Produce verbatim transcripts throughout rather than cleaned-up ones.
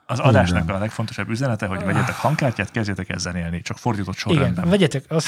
Az adásnak minden. A legfontosabb üzenete, hogy vegyetek hangkártyát, kezdjetek el zenélni, csak fordított sorrendben. Igen, vegyetek az...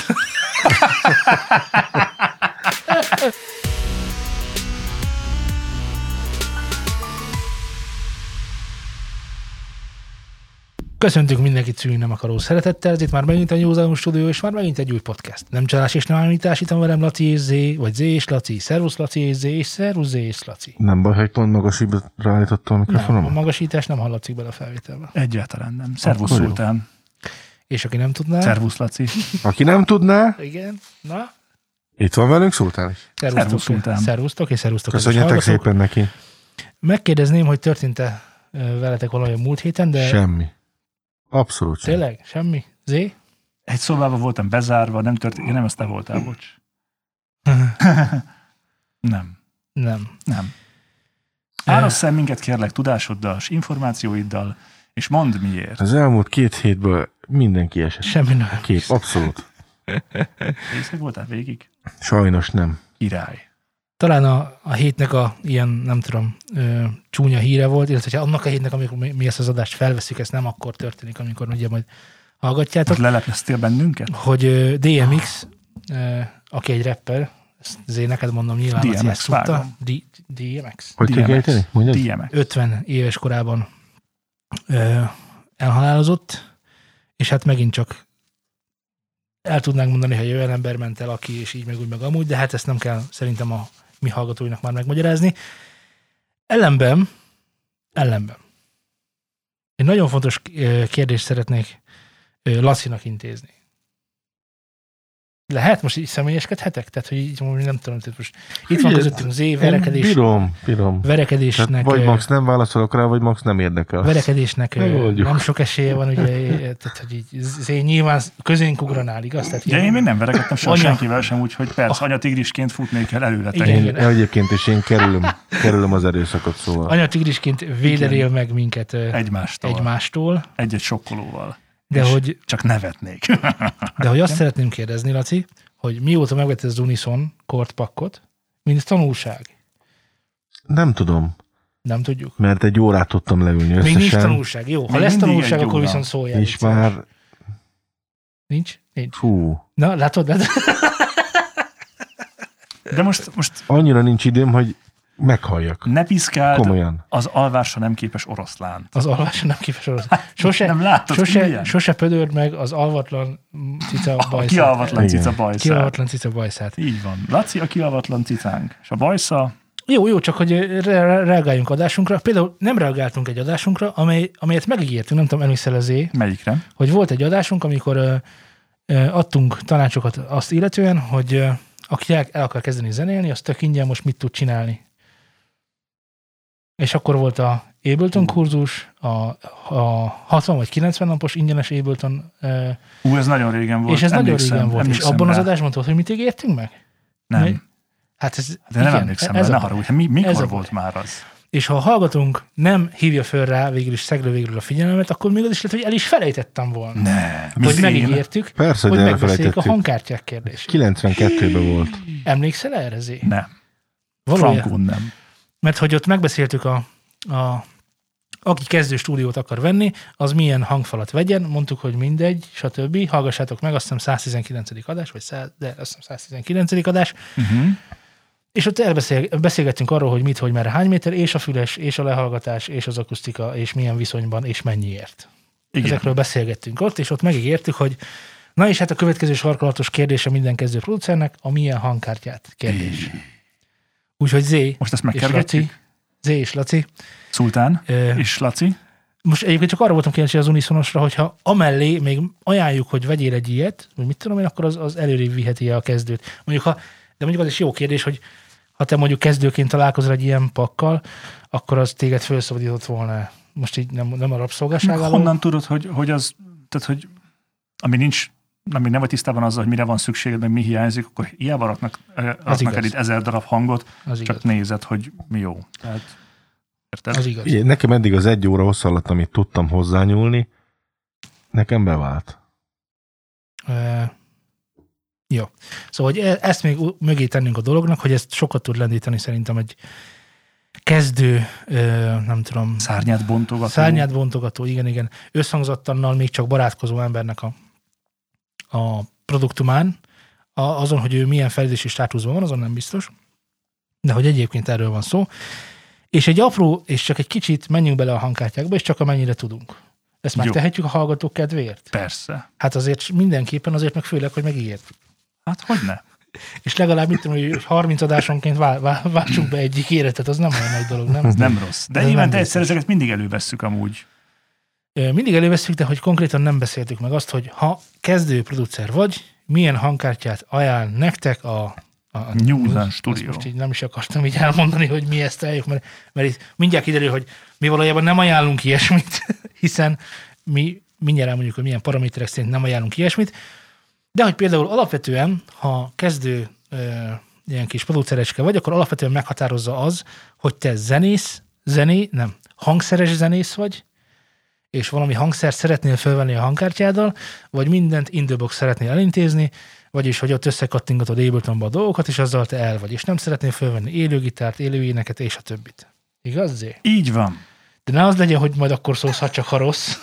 Köszöntünk mindenkit szülni nem akaró szeretettel, ez itt már megint egy Józanum Stúdió, és már megint egy új podcast. Nem csalás és nem állítás, itt van velem Laci és Zé, vagy Zé és Laci, szervusz Laci és Zé, és szervusz Zé és Laci. Nem baj, hogy pont magasíbbra ráállítottam a mikrofonom? Nem, a magasítás nem hallatszik bele a felvételbe. Egyáltalán nem. Szervusz Szultán. És aki nem tudná... Szervusz Laci. Aki nem tudná... Igen, na... Itt van velünk Szultán is. Szervusztok, Szultán. Szervusztok, és szervusztok. Köszönjetek szépen neki. Megkérdezném, hogy történt-e veletek valami a múlt héten, de... Semmi. Abszolút semmi. Tényleg? Semmi? Zé? Egy szobában voltam bezárva, nem történt, nem azt te voltál, bocs. nem. Nem. Nem. Árasszál minket kérlek tudásoddal és információiddal, és mondd miért. Az elmúlt két hétből mindenki esett. Semmi nem. Kép, abszolút. Részeg voltál végig? Sajnos nem. Király. Talán a, a hétnek a ilyen, nem tudom, ö, csúnya híre volt, illetve annak a hétnek, amikor mi, mi ezt az adást felveszünk, ez nem akkor történik, amikor ugye majd hallgatjátok. Most lelepleztél bennünket? Hogy ö, dé em iksz, ö, aki egy rapper, Zé, neked mondom nyilván, dé em iksz, vágom. dé em iksz. Hogy kell ejteni? dé em iksz. ötven éves korában ö, elhalálozott, és hát megint csak el tudnánk mondani, hogy olyan ember ment el, aki és így meg úgy meg amúgy, de hát ezt nem kell szerintem a mi hallgatóinak már megmagyarázni. Ellenben, ellenben. Egy nagyon fontos kérdést szeretnék Lacinak intézni. Lehet? Most így személyeskedhetek? Tehát, hogy így nem tudom, tehát most itt van közöttünk Zé, verekedés. Bírom, bírom. Verekedésnek. Tehát vagy Max nem válaszolok rá, vagy Max nem érdekel. Verekedésnek nem sok esélye van, ugye, tehát, hogy így Zé nyilván közénk ugranál, igaz? Tehát, de én még nem verekedtem soha senkivel sem, úgyhogy persze, anyatigrisként futnék el előletek. Én, én egyébként is én kerülöm, kerülöm az erőszakot, szóval. Anyatigrisként védelél meg minket egymástól. egymástól. Egy-egy sokkolóval. De hogy, csak nevetnék. De hogy azt nem? Szeretném kérdezni, Laci, hogy mióta megvetted az Unison kortpakkot, mint tanulság? Nem tudom. Nem tudjuk. Mert egy órát tudtam leülni összesen. Még nincs tanulság, jó. Ha még lesz tanulság, akkor viszont szóljál. És már... Nincs? Nincs. Fú. Na, látod? látod? De most, most... Annyira nincs időm, hogy meghalljak. Ne piszkáld. Komolyan. Az alvásra nem képes oroszlánt. Az alvásra nem képes oroszlánt. Sose, nem látod, sose, sose pödörd meg az alvatlan cica bajszát. A kialvatlan cica bajszát. Kialvatlan cica bajszát. Így van. Laci a kialvatlan cicánk. És a bajsza... Jó, jó, csak hogy re- reagáljunk adásunkra. Például nem reagáltunk egy adásunkra, amely, amelyet megígértünk, nem tudom, emlékszel Zé. Melyikre? Hogy volt egy adásunk, amikor ö, ö, adtunk tanácsokat azt illetően, hogy ö, aki el, el akar kezdeni zenélni, az tök ingyen most mit tud csinálni. És akkor volt a Ableton kurzus, a, a hatvan vagy kilencven napos ingyenes Ableton. Ú, uh, ez nagyon régen volt. És ez nagyon régen volt. És abban rá. Az adásban tudod, hogy mit ígértünk meg? Nem. Mi? Hát ez, de igen, nem emlékszem rá, ne haragudj. Mi, mikor volt már az? És ha a hallgatónk nem hívja föl rá végül is szegről végül a figyelmet, akkor még az is lehet, hogy el is felejtettem volna. Ne. Hogy megígértük, persze, hogy megbeszéljük a hangkártyák kérdését. kilencvenkettőben volt. Emlékszel erre, Zé? Nem. Frankon nem. Mert hogy ott megbeszéltük a, a aki kezdő stúdiót akar venni, az milyen hangfalat vegyen, mondtuk, hogy mindegy, stb. Hallgassátok meg, azt hiszem száz tizenkilencedik adás, vagy száz, de azt hiszem száz tizenkilencedik adás. Uh-huh. És ott elbeszélgettünk arról, hogy mit, hogy merre, hány méter, és a füles, és a lehallgatás, és az akusztika, és milyen viszonyban, és mennyiért. Igen. Ezekről beszélgettünk ott, és ott megígértük, hogy na és hát a következő sarkalatos kérdése minden kezdő producernek, a milyen hangkártyát kérdés. Úgyhogy Zé most ezt megkergetjük. Zé és Laci. Szultán uh, és Laci. Most egyébként csak arra voltam kíváncsi az Unisonosra, hogyha amellé még ajánljuk, hogy vegyél egy ilyet, vagy mit tudom én, akkor az, az előrébb viheti a kezdőt. Mondjuk, ha, de mondjuk az is jó kérdés, hogy ha te mondjuk kezdőként találkozol egy ilyen pakkal, akkor az téged felszabadított volna. Most így nem, nem a rabszolgaság alól. Honnan tudod, hogy, hogy az, tehát hogy ami nincs, ami nem vagy tisztában azzal, hogy mire van szükséged, meg mi hiányzik, akkor hiába raknak, raknak el itt ezer darab hangot, az csak igaz. Nézed, hogy mi jó. Tehát, érted? Az igaz. Nekem eddig az egy óra hossz alatt, amit tudtam hozzányúlni, nekem bevált. E, jó. Szóval, hogy ezt még mögé tennünk a dolognak, hogy ezt sokat tud lendíteni szerintem egy kezdő, nem tudom... Szárnyát bontogató. Szárnyát bontogató, igen, igen. Összhangzattannal még csak barátkozó embernek a, a produktumán, a, azon, hogy ő milyen fejlődési státuszban van, azon nem biztos, de hogy egyébként erről van szó. És egy apró, és csak egy kicsit menjünk bele a hangkártyákba, és csak amennyire tudunk. Ezt megtehetjük a hallgatók kedvéért? Persze. Hát azért mindenképpen, azért meg főleg, hogy megígértük. Hát hogyne? És legalább mit tudom, hogy harminc adásonként vál, vál, váltsunk be egy ígéretet, az nem olyan nagy dolog, nem? Ez nem rossz. De évente egyszer ezeket mindig elővesszük amúgy. Mindig elővesszük, de hogy konkrétan nem beszéltük meg azt, hogy ha kezdő producer vagy, milyen hangkártyát ajánl nektek a, a, a New Zen Studio. Most így nem is akartam így elmondani, hogy mi ezt eljük, mert, mert itt mindjárt kiderül, hogy mi valójában nem ajánlunk ilyesmit, hiszen mi mindjárt elmondjuk, hogy milyen paraméterek szerint nem ajánlunk ilyesmit, de hogy például alapvetően, ha kezdő ö, ilyen kis producerecske vagy, akkor alapvetően meghatározza az, hogy te zenész, zené, nem, hangszeres zenész vagy, és valami hangszert szeretnél felvenni a hangkártyáddal, vagy mindent in the box szeretnél elintézni, vagyis, hogy ott összekattingatod Abletonba a dolgokat, és azzal te el vagy, és nem szeretnél felvenni élőgitárt, élőéneket, és a többit. Igaz, Zé? Így van. De ne az legyen, hogy majd akkor szólsz, ha csak ha rossz.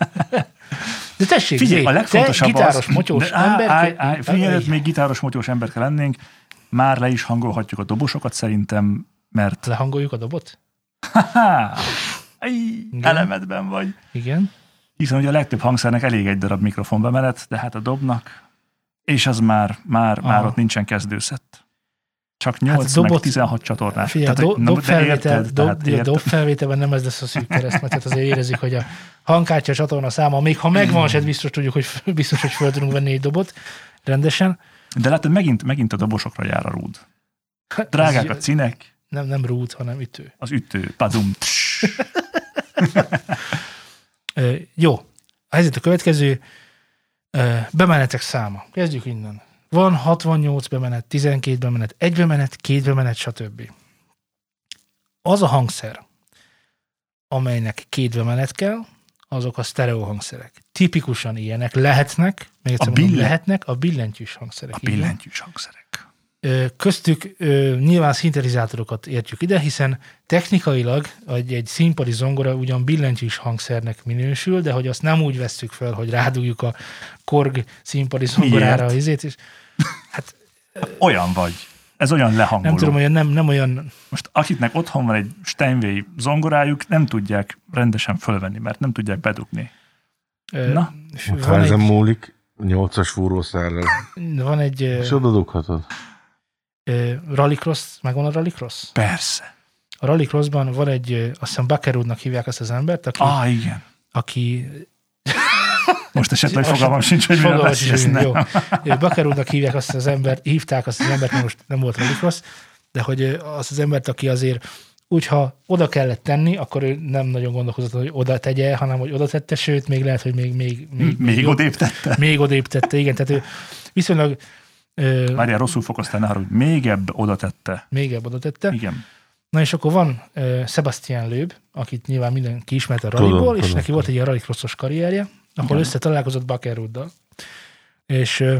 De tessék, figyelj, Zé, a legfontosabb te gitáros, az, motyós de, ember... Áj, áj, figyelj, még gitáros, motyós ember kell lennénk, már le is hangolhatjuk a dobosokat szerintem, mert... Lehangoljuk a dobot? Haha, elemedben vagy. Igen. Hiszen ugye a legtöbb hangszernek elég egy darab mikrofonbemenet, de hát a dobnak, és az már, már, már ott nincsen kezdőszett. Csak nyolc hát dobot, meg tizenhat csatornás. Figyelj, tehát, do, dobfelvétel, érted, dob, tehát dobfelvételben nem ez lesz a szűk keresztmet, tehát azért érezzük, hogy a hangkártya csatorna száma, még ha megvan, se biztos tudjuk, hogy biztos, hogy fel tudunk venni egy dobot rendesen. De látod, megint, megint a dobosokra jár a rúd. Drágák a cinek. Nem, nem rúd, hanem ütő. Az ütő. Padum. Jó. A helyzet a következő. Bemenetek száma. Kezdjük innen. Van hatvannyolc bemenet, tizenkét bemenet, egy bemenet, két bemenet, stb. Az a hangszer, amelynek két bemenet kell, azok a sztereó hangszerek. Tipikusan ilyenek lehetnek, még egyszer mondom, billen... lehetnek a billentyűs hangszerek. A billentyűs hangszerek. Köztük nyilván szintetizátorokat értjük ide, hiszen technikailag egy, egy színpadi zongora ugyan billentyűs hangszernek minősül, de hogy azt nem úgy vesszük fel, hogy rádugjuk a Korg színpadi zongorára az izét, és hát... Olyan vagy. Ez olyan lehangoló. Nem tudom, olyan, nem, nem olyan... Most akiknek otthon van egy Steinway zongorájuk, nem tudják rendesen fölvenni, mert nem tudják bedugni. Ö, Na? Ha ezen egy... múlik, nyolcas fúrószárral. Van egy... És oda dughatod. Rallycross, megvan a Rallycross? Persze. A Rallycrossban van egy, azt hiszem Buckerudnak hívják azt az embert, aki... Ah, igen. Aki... Most esetleg fogalmam sincs, hogy mire lesz ez, nem. Jó. Buckerudnak hívják azt az embert, hívták azt az embert, mert most nem volt Rallycross, de hogy azt az embert, aki azért úgy, ha oda kellett tenni, akkor ő nem nagyon gondolkozott, hogy oda tegye, hanem hogy oda tette, sőt, még lehet, hogy még... Még, még, még jobb, odébb tette. Még odébb tette, igen. Tehát ő viszonylag... Várjál, rosszul fokoztál, ne haragudj, még ebb oda tette. Még ebb oda tette. Igen. Na és akkor van uh, Sebastian Loeb, akit nyilván mindenki ismert a rallyból, és tudom, neki tudom. volt egy ilyen rallycrossos karrierje, ahol összetalálkozott Buckeruddal. És uh,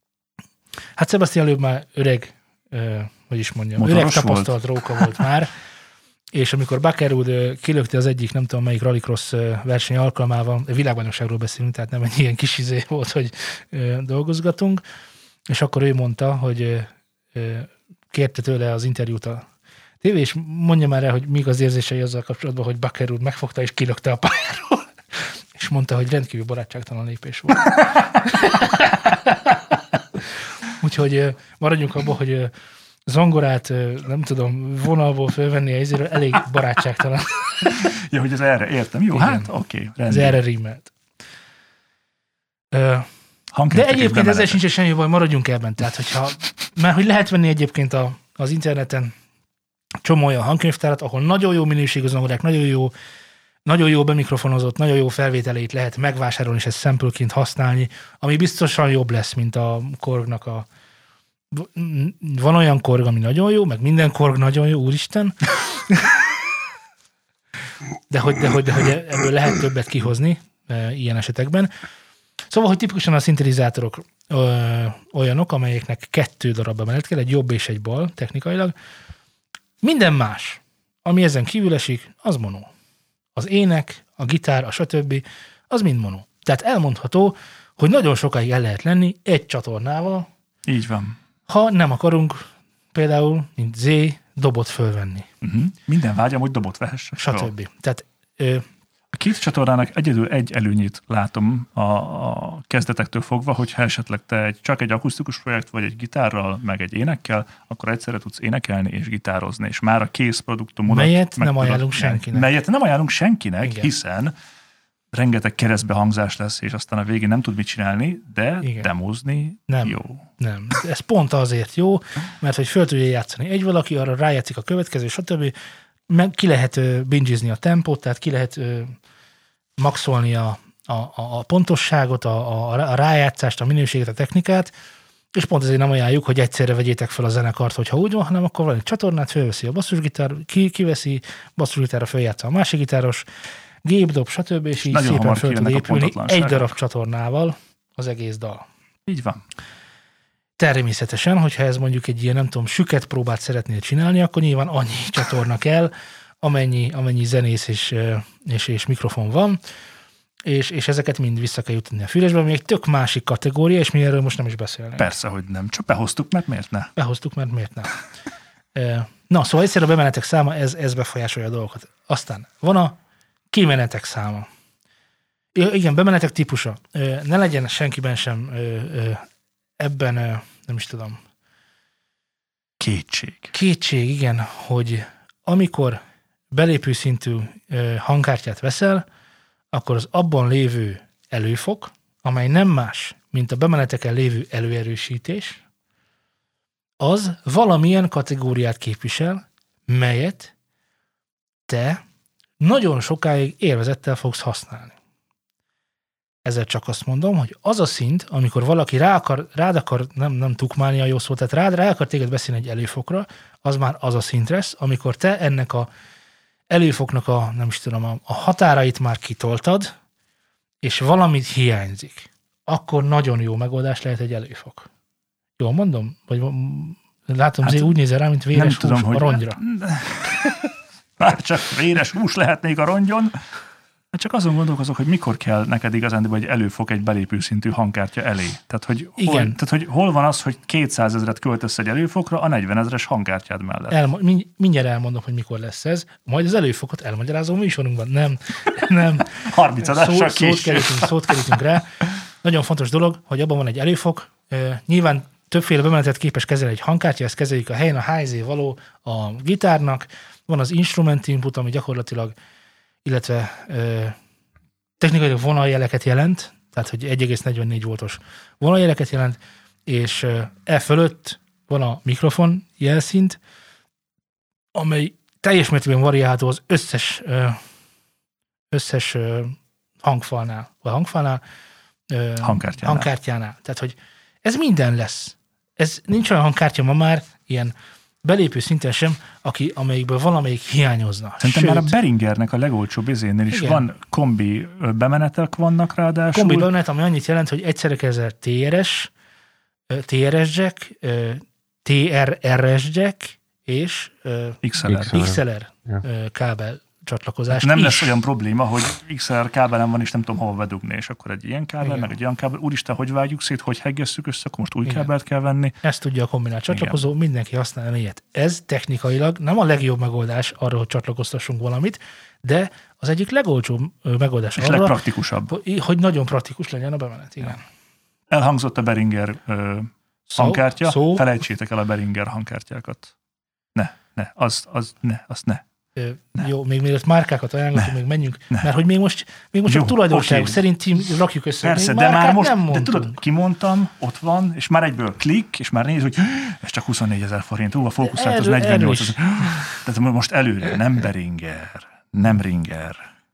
hát Sebastian Loeb már öreg, uh, hogy is mondjam, Motoros öreg tapasztalt volt. róka volt már, és amikor Buckerud uh, kilökte az egyik, nem tudom melyik rallycross uh, verseny alkalmával, világbajnokságról beszélünk, tehát nem egy ilyen kis izé volt, hogy uh, dolgozgatunk, és akkor ő mondta, hogy uh, uh, kérte tőle az interjút a tévé, és mondja már el, hogy még az érzései azzal kapcsolatban, hogy Buckerud megfogta és kilökte a pályáról, és mondta, hogy rendkívül barátságtalan lépés volt. Úgyhogy maradjunk abban, hogy zongorát, nem tudom, vonalból fölvenni a izéről, elég barátságtalan. Ja, hogy ez erre, értem. Jó, igen. Hát oké. Okay, ez erre rímelt. De egyébként ezzel sincs semmi baj, maradjunk ebben. Tehát, hogyha, mert hogy lehet venni egyébként a, az interneten csomó olyan hangkönyvtárat, ahol nagyon jó minőségű zongorák, nagyon jó, nagyon jó bemikrofonozott, nagyon jó felvételét lehet megvásárolni és ezt sampleként használni, ami biztosan jobb lesz, mint a Korgnak a... Van olyan Korg, ami nagyon jó, meg minden Korg nagyon jó, úristen. De hogy, de hogy, de hogy ebből lehet többet kihozni e, ilyen esetekben. Szóval, hogy tipikusan a szintetizátorok ö, olyanok, amelyeknek kettő darab bemenet kell, egy jobb és egy bal technikailag. Minden más, ami ezen kívül esik, az mono. Az ének, a gitár, a stb. Az mind mono. Tehát elmondható, hogy nagyon sokáig el lehet lenni egy csatornával. Így van. Ha nem akarunk például, mint Z, dobot fölvenni. Uh-huh. Minden vágyam, hogy dobot vehessek. Stb. Tehát... Ö, A két csatornának egyedül egy előnyét látom a, a kezdetektől fogva, hogyha esetleg te egy, csak egy akusztikus projekt vagy egy gitárral, meg egy énekkel, akkor egyszerre tudsz énekelni és gitározni, és már a kész produktumot... Melyet nem ajánlunk senkinek. Melyet nem ajánlunk senkinek, Igen. hiszen rengeteg keresztbehangzás lesz, és aztán a végén nem tud mit csinálni, de Igen. demozni nem, jó. Nem. Ez pont azért jó, mert hogy föl tudja játszani egy valaki, arra rájátszik a következő, stb. Meg ki lehet bingizni a tempót, tehát ki lehet maxolni a, a, a pontosságot, a, a, a rájátszást, a minőséget, a technikát, és pont ezért nem ajánljuk, hogy egyszerre vegyétek fel a zenekart, hogyha úgy van, hanem akkor van egy csatornát, fölveszi a basszusgitár, ki, kiveszi, basszusgitárra följátsza a másik gitáros, gépdob, stb. És így nagyon szépen föl tud épülni egy darab a csatornával az egész dal. Így van. Természetesen, hogyha ez mondjuk egy ilyen, nem tudom, süket próbát szeretnél csinálni, akkor nyilván annyi csatorna kell, amennyi, amennyi zenész és, és, és mikrofon van, és, és ezeket mind vissza kell jutni a fülesbe, ami egy tök másik kategória, és mi erről most nem is beszélnek. Persze, hogy nem. Csak behoztuk, mert miért ne? Behoztuk, mert miért nem. Na, szóval egyszer a bemenetek száma, ez, ez befolyásolja a dolgokat. Aztán van a kimenetek száma. Igen, bemenetek típusa. Ne legyen senkiben sem ebben, nem is tudom. Kétség. Kétség, igen, hogy amikor belépő szintű hangkártyát veszel, akkor az abban lévő előfok, amely nem más, mint a bemeneteken lévő előerősítés, az valamilyen kategóriát képvisel, melyet te nagyon sokáig élvezettel fogsz használni. Ezzel csak azt mondom, hogy az a szint, amikor valaki rá akar, rád akar, nem, nem tukmálni a jó szót, tehát rád, rá akar téged beszélni egy előfokra, az már az a szint lesz, amikor te ennek a előfoknak a, nem is tudom, a, a határait már kitoltad, és valamit hiányzik. Akkor nagyon jó megoldás lehet egy előfok. Jól mondom? Vagy látom, hát, Zé úgy nézel rá, mint véres hús tudom, a rongyra. Már csak véres hús lehetnék a rongyon. Csak azon gondolkozok, hogy mikor kell neked igazán egy előfok egy belépő szintű hangkártya elé. Tehát hogy, hol, tehát, hogy hol van az, hogy kétszázezret költesz egy előfokra a negyvenezres hangkártyád mellett? Elmo- mindjárt elmondom, hogy mikor lesz ez. Majd az előfokot elmagyarázom műsorunkban. Nem, nem. harminc adással Szó, szót, kerítünk, szót kerítünk rá. Nagyon fontos dolog, hogy abban van egy előfok. E, nyilván többféle bemenetet képes kezelni egy hangkártya, ezt kezeljük a helyen, a há zé való a gitárnak. Van az instrument input, ami gyakorlatilag illetve ö, technikailag vonaljeleket jelent, tehát hogy egy egész negyvennégy voltos vonaljeleket jelent, és ö, e fölött van a mikrofon jelszint, amely teljes mértékben variálható az összes, ö, összes ö, hangfalnál, vagy hangfalnál, ö, hangkártyánál. hangkártyánál. Tehát, hogy ez minden lesz. Ez nincs olyan hangkártya ma már, ilyen belépő szinten sem, aki, amelyikből valamelyik hiányozna. Szerintem Sőt, már a Behringernek a legolcsóbb izénél is igen. Van kombi bemenetek vannak ráadásul. Kombi bemenet, ami annyit jelent, hogy egyszerre kezel té er es, té er es jack, té er er es jack és iksz el er, iksz el er ja. kábel csatlakozás. Nem is. lesz olyan probléma, hogy iksz el er kábelen van, és nem tudom hova bedugni, és akkor egy ilyen kábel, igen. meg egy olyan kábel. Úristen, hogy vágjuk szét, hogy heggesszük össze, akkor most új igen. kábelt kell venni. Ezt tudja a kombinált csatlakozó, igen. mindenki használja ilyet. Ez technikailag nem a legjobb megoldás arra, hogy csatlakoztassunk valamit, de az egyik legolcsóbb megoldás és arra, legpraktikusabb. Hogy nagyon praktikus legyen a bemenet. Igen. Ja. Elhangzott a Behringer uh, szó, hangkártya, szó. Felejtsétek el a Behringer hangkártyákat. Ne, ne, az, az, ne, azt ne. Ne. Jó, még mielőtt márkákat ajánlottunk, még menjünk, ne. mert hogy még most, még most jó, csak tulajdonságok okay. szerint rakjuk össze. Persze, de már most, nem de tudod, kimondtam, ott van, és már egyből klik, és már néz, hogy ez csak huszonnégyezer forint, ú, a fókuszált az negyvennyolc. Tehát most előre, nem Behringer, nem Ringer.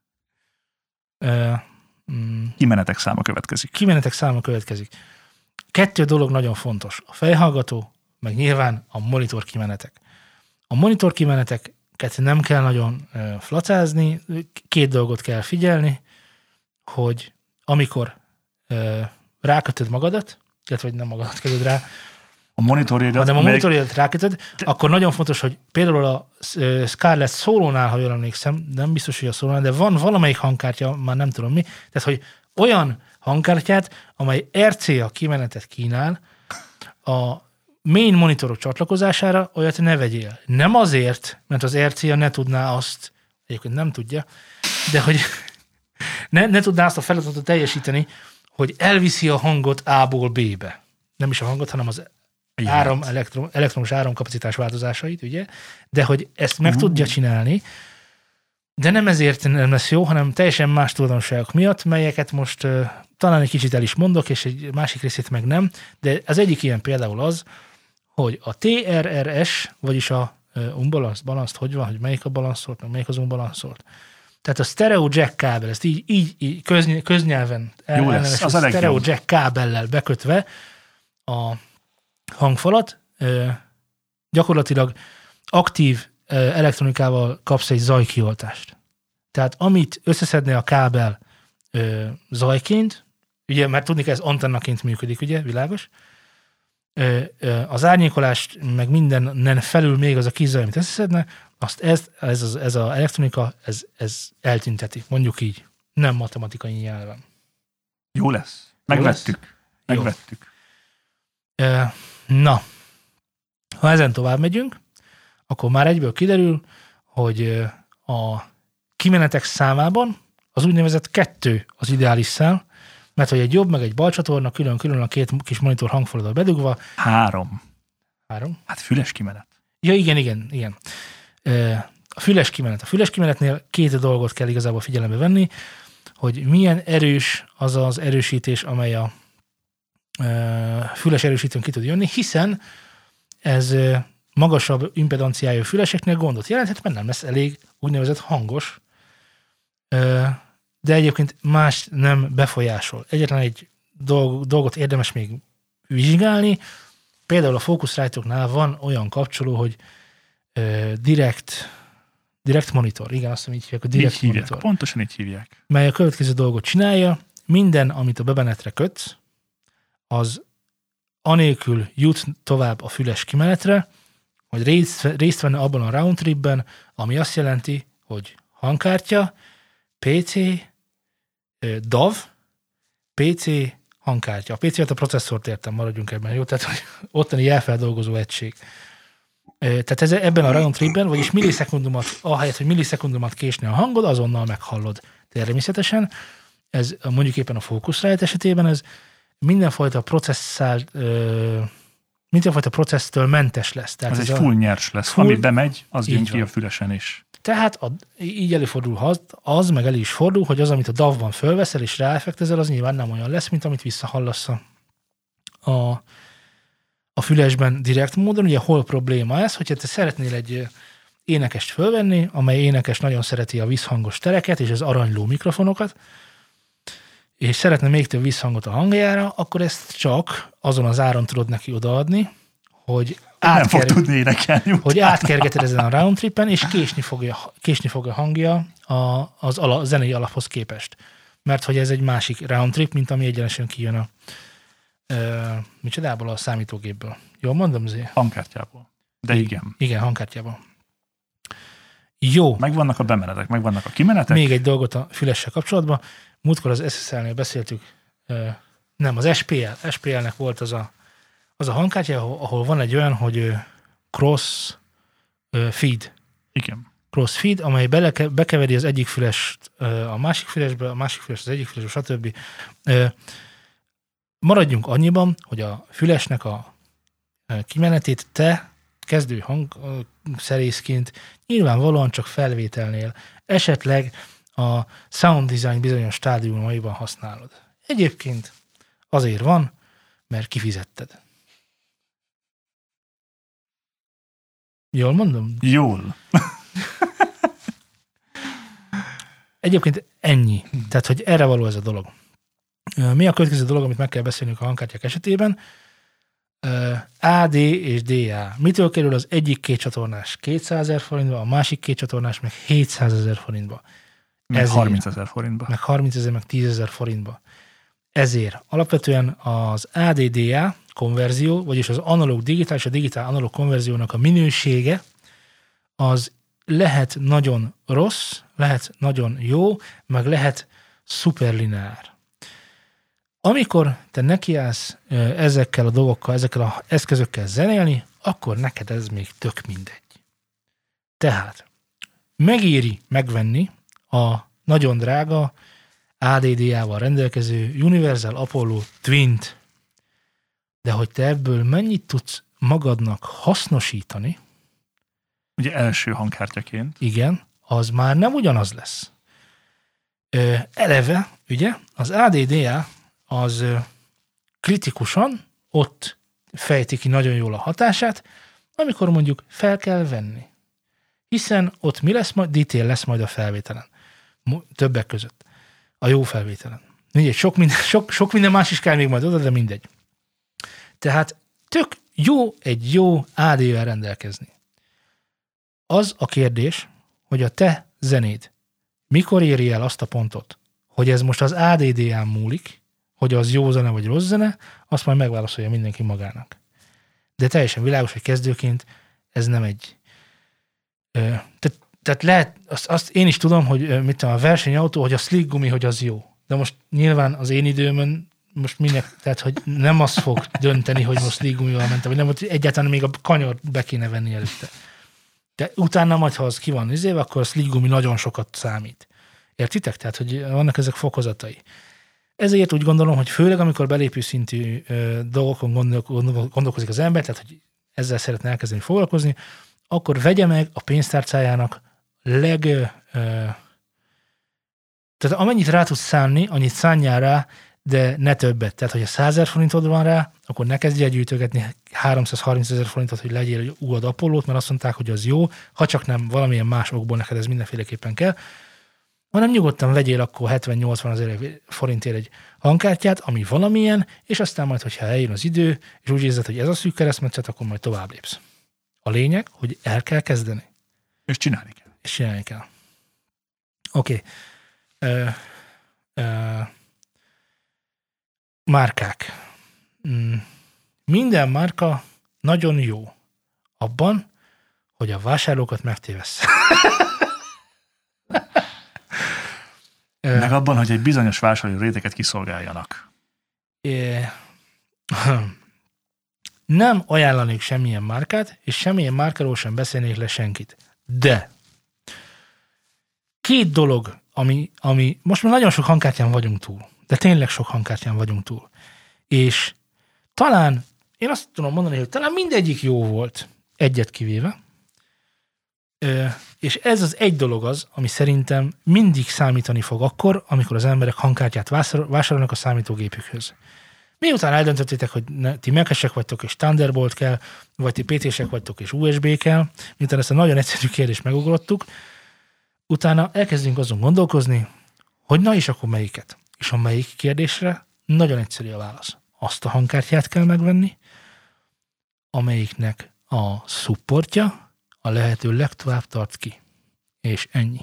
Uh, mm, Kimenetek száma következik. Kimenetek száma következik. Kettő dolog nagyon fontos. A fejhallgató, meg nyilván a monitor kimenetek. A monitor kimenetek nem kell nagyon uh, flacázni, két dolgot kell figyelni, hogy amikor uh, rákötöd magadat, illetve nem magadat kötöd rá, a monitorjaidat... hanem a meg... monitorjaidat rákötöd, akkor nagyon fontos, hogy például a Scarlett Solo-nál, ha jól emlékszem, nem biztos, hogy a Solo-nál, de van valamelyik hangkártya, már nem tudom mi, tehát, hogy olyan hangkártyát, amely er cé á kimenetet kínál, a main monitorok csatlakozására olyat ne vegyél. Nem azért, mert az er cé á ne tudná azt, egyébként nem tudja, de hogy ne, ne tudná azt a feladatot teljesíteni, hogy elviszi a hangot A-ból B-be. Nem is a hangot, hanem az áram, elektrom, elektromos áramkapacitás változásait, ugye? De hogy ezt meg uh. tudja csinálni, de nem ezért nem lesz jó, hanem teljesen más tulajdonságok miatt, melyeket most uh, talán egy kicsit el is mondok, és egy másik részét meg nem, de az egyik ilyen például az, hogy a té er er es, vagyis a uh, unbalanced, balanced, hogy van, hogy melyik a balanszolt, meg melyik az unbalanced. Tehát a stereo jack kábel, ezt így, így, így köz, köznyelven elnevezett stereo jack kábellel bekötve a hangfalat, uh, gyakorlatilag aktív uh, elektronikával kapsz egy zajkioltást. Tehát amit összeszedne a kábel uh, zajként, ugye, mert tudni kell, ez antennaként működik, ugye, világos, az árnyékolást, meg mindennen felül még az a kis zaj, amit összeszedne, azt ez, ez, az, ez az elektronika, ez, ez eltünteti, mondjuk így, nem matematikai nyelven. Jó lesz. Megvettük. Jó lesz? Megvettük. Jó. Na, ha ezen tovább megyünk, akkor már egyből kiderül, hogy a kimenetek számában az úgynevezett kettő az ideális szám, mert hogy egy jobb, meg egy bal csatorna, külön-külön a két kis monitor hangfalatot bedugva. Három. Három? Hát füles kimenet. Ja, igen, igen, igen. A füles kimenet. A füles kimenetnél két dolgot kell igazából figyelembe venni, hogy milyen erős az az erősítés, amely a füles erősítőn ki tud jönni, hiszen ez magasabb impedanciájú füleseknél gondot jelenthet, mert nem lesz elég úgynevezett hangos, de egyébként más nem befolyásol. Egyetlen egy dolg, dolgot érdemes még vizsgálni, például a Focusrite-oknál van olyan kapcsoló, hogy uh, direct, direct monitor, igen, azt mondom, így hívják, a direct így hívják, monitor. Pontosan így hívják. Mely a következő dolgot csinálja, minden, amit a bemenetre kötsz, az anélkül jut tovább a füles kimenetre, hogy részt, részt venne abban a round tripben, ami azt jelenti, hogy hangkártya, pé cé, dé á vé, pé cé, hangkártya. A pé cé-t a processzort értem, maradjunk ebben, jó? Tehát, hogy ottani jelfeldolgozó egység. Tehát ez, ebben a round tripben, vagyis millisekundumot, ahelyett, hogy millisekundumot késni a hangod, azonnal meghallod. Természetesen, ez mondjuk éppen a Focusrite esetében, ez mindenfajta processzál, mindenfajta processztől mentes lesz. Tehát ez, ez egy full nyers lesz. Full, ami bemegy, az jön ki a fülesen is. Tehát a, így előfordul az, az, meg elő is fordul, hogy az, amit a dé á vé-ban fölveszel és ráeffektezel, az nyilván nem olyan lesz, mint amit visszahallasz a, a fülesben direkt módon. Ugye hol probléma ez, hogyha te szeretnél egy énekest fölvenni, amely énekes nagyon szereti a visszhangos tereket és az aranyló mikrofonokat, és szeretne még több visszhangot a hangjára, akkor ezt csak azon az áron tudod neki odaadni, hogy nem fog tudni énekelni. Hogy átkergeted ezen a round trippen, és késni fogja, késni fog a hangja a, az ala, a zenei alaphoz képest. Mert hogy ez egy másik round trip, mint ami egyenesen kijön a ö, micsodából, a számítógépből. Jól mondom, Zé? Hangkártyából. De igen. Igen, hangkártyából. Jó. Megvannak a bemenetek, megvannak a kimenetek. Még egy dolgot a fülessel kapcsolatban. Múltkor az es es el-nél beszéltük, ö, nem, az es pé el. es pé el-nek volt az a az a hangkártya, ahol van egy olyan, hogy cross feed. Igen. Cross feed, amely beleke, bekeveri az egyik fülest a másik fülesbe, a másik füles az egyik fülesbe, stb. Maradjunk annyiban, hogy a fülesnek a kimenetét te kezdő hangszerészként nyilvánvalóan csak felvételnél, esetleg a sound design bizonyos stádiumaiban használod. Egyébként azért van, mert kifizetted. Jól mondom? Jól. Egyébként ennyi. Tehát, hogy erre való ez a dolog. Mi a következő dolog, amit meg kell beszélnünk a hangkártyák esetében? á dé és dé á. Mitől kerül az egyik két csatornás kétszázezer forintba, a másik két csatornás meg hétszázezer forintba. Meg harmincezer forintba. Meg harmincezer, meg tízezer forintba. Ezért alapvetően az á dé dé á konverzió, vagyis az analóg digitál és a digitál analóg konverziónak a minősége az lehet nagyon rossz, lehet nagyon jó, meg lehet szuperlineár. Amikor te nekiállsz ezekkel a dolgokkal, ezekkel az eszközökkel zenélni, akkor neked ez még tök mindegy. Tehát megéri megvenni a nagyon drága á dé dé á-val rendelkező Universal Apollo Twin-t, de hogy te ebből mennyit tudsz magadnak hasznosítani, ugye első hangkártyaként. Igen, az már nem ugyanaz lesz. Ö, eleve, ugye, az á dé dé á az ö, kritikusan ott fejti ki nagyon jól a hatását, amikor mondjuk fel kell venni. Hiszen ott mi lesz majd? Detail lesz majd a felvételen. Többek között. A jó felvételen. Mindegy, sok minden, sok, sok minden más is kell még majd oda, de mindegy. Tehát tök jó egy jó á dé vel rendelkezni. Az a kérdés, hogy a te zenéd mikor éri el azt a pontot, hogy ez most az á dé dé án múlik, hogy az jó zene vagy rossz zene, azt majd megválaszolja mindenki magának. De teljesen világos, hogy kezdőként ez nem egy... Ö, tehát, tehát lehet, azt, azt én is tudom, hogy mit tudom, a versenyautó, hogy a slick gumi, hogy az jó. De most nyilván az én időmön most minek, tehát hogy nem az fog dönteni, hogy most slick gumival mentem, vagy nem, hogy egyáltalán még a kanyart be kéne venni előtte. De utána majd, ha az ki van izéve, akkor a slick gumi nagyon sokat számít. Értitek? Tehát, hogy vannak ezek fokozatai. Ezért úgy gondolom, hogy főleg, amikor belépő szintű ö, dolgokon gondol, gondol, gondolkozik az ember, tehát, hogy ezzel szeretne elkezdeni foglalkozni, akkor vegye meg a pénztárcájának leg... Ö, tehát amennyit rá tudsz szánni, annyit szánjál rá, de ne többet. Tehát, hogyha százezer forintod van rá, akkor ne kezdj el gyűjtögetni háromszázharmincezer forintot, hogy legyél egy új Apollót, mert azt mondták, hogy az jó, ha csak nem valamilyen más okból neked ez mindenféleképpen kell, hanem nyugodtan vegyél akkor hetven-nyolcvan ezer forintért egy hangkártyát, ami valamilyen, és aztán majd, hogyha eljön az idő, és úgy érzed, hogy ez a szűk keresztmetszet, akkor majd tovább lépsz. A lényeg, hogy el kell kezdeni. És csinálni kell. És csinálni kell. Oké. Okay. Uh, uh, márkák. Mm. Minden márka nagyon jó abban, hogy a vásárlókat megtévessz. Meg abban, hogy egy bizonyos vásárló réteget kiszolgáljanak. É, nem ajánlanék semmilyen márkát, és semmilyen márkáról sem beszélnék le senkit. De két dolog, ami, ami most már nagyon sok hangkártyán vagyunk túl, de tényleg sok hangkártyán vagyunk túl. És talán, én azt tudom mondani, hogy talán mindegyik jó volt, egyet kivéve, Ö, és ez az egy dolog az, ami szerintem mindig számítani fog akkor, amikor az emberek hangkártyát vásárolnak a számítógépükhöz. Miután eldöntöttétek, hogy ne, ti Mac-esek vagytok és Thunderbolt kell, vagy ti pé té-sek vagytok és u es bé kell, miután ezt a nagyon egyszerű kérdést megugrottuk, utána elkezdünk azon gondolkozni, hogy na és akkor melyiket. És a melyik kérdésre nagyon egyszerű a válasz. Azt a hangkártyát kell megvenni, amelyiknek a supportja a lehető legtovább tart ki. És ennyi.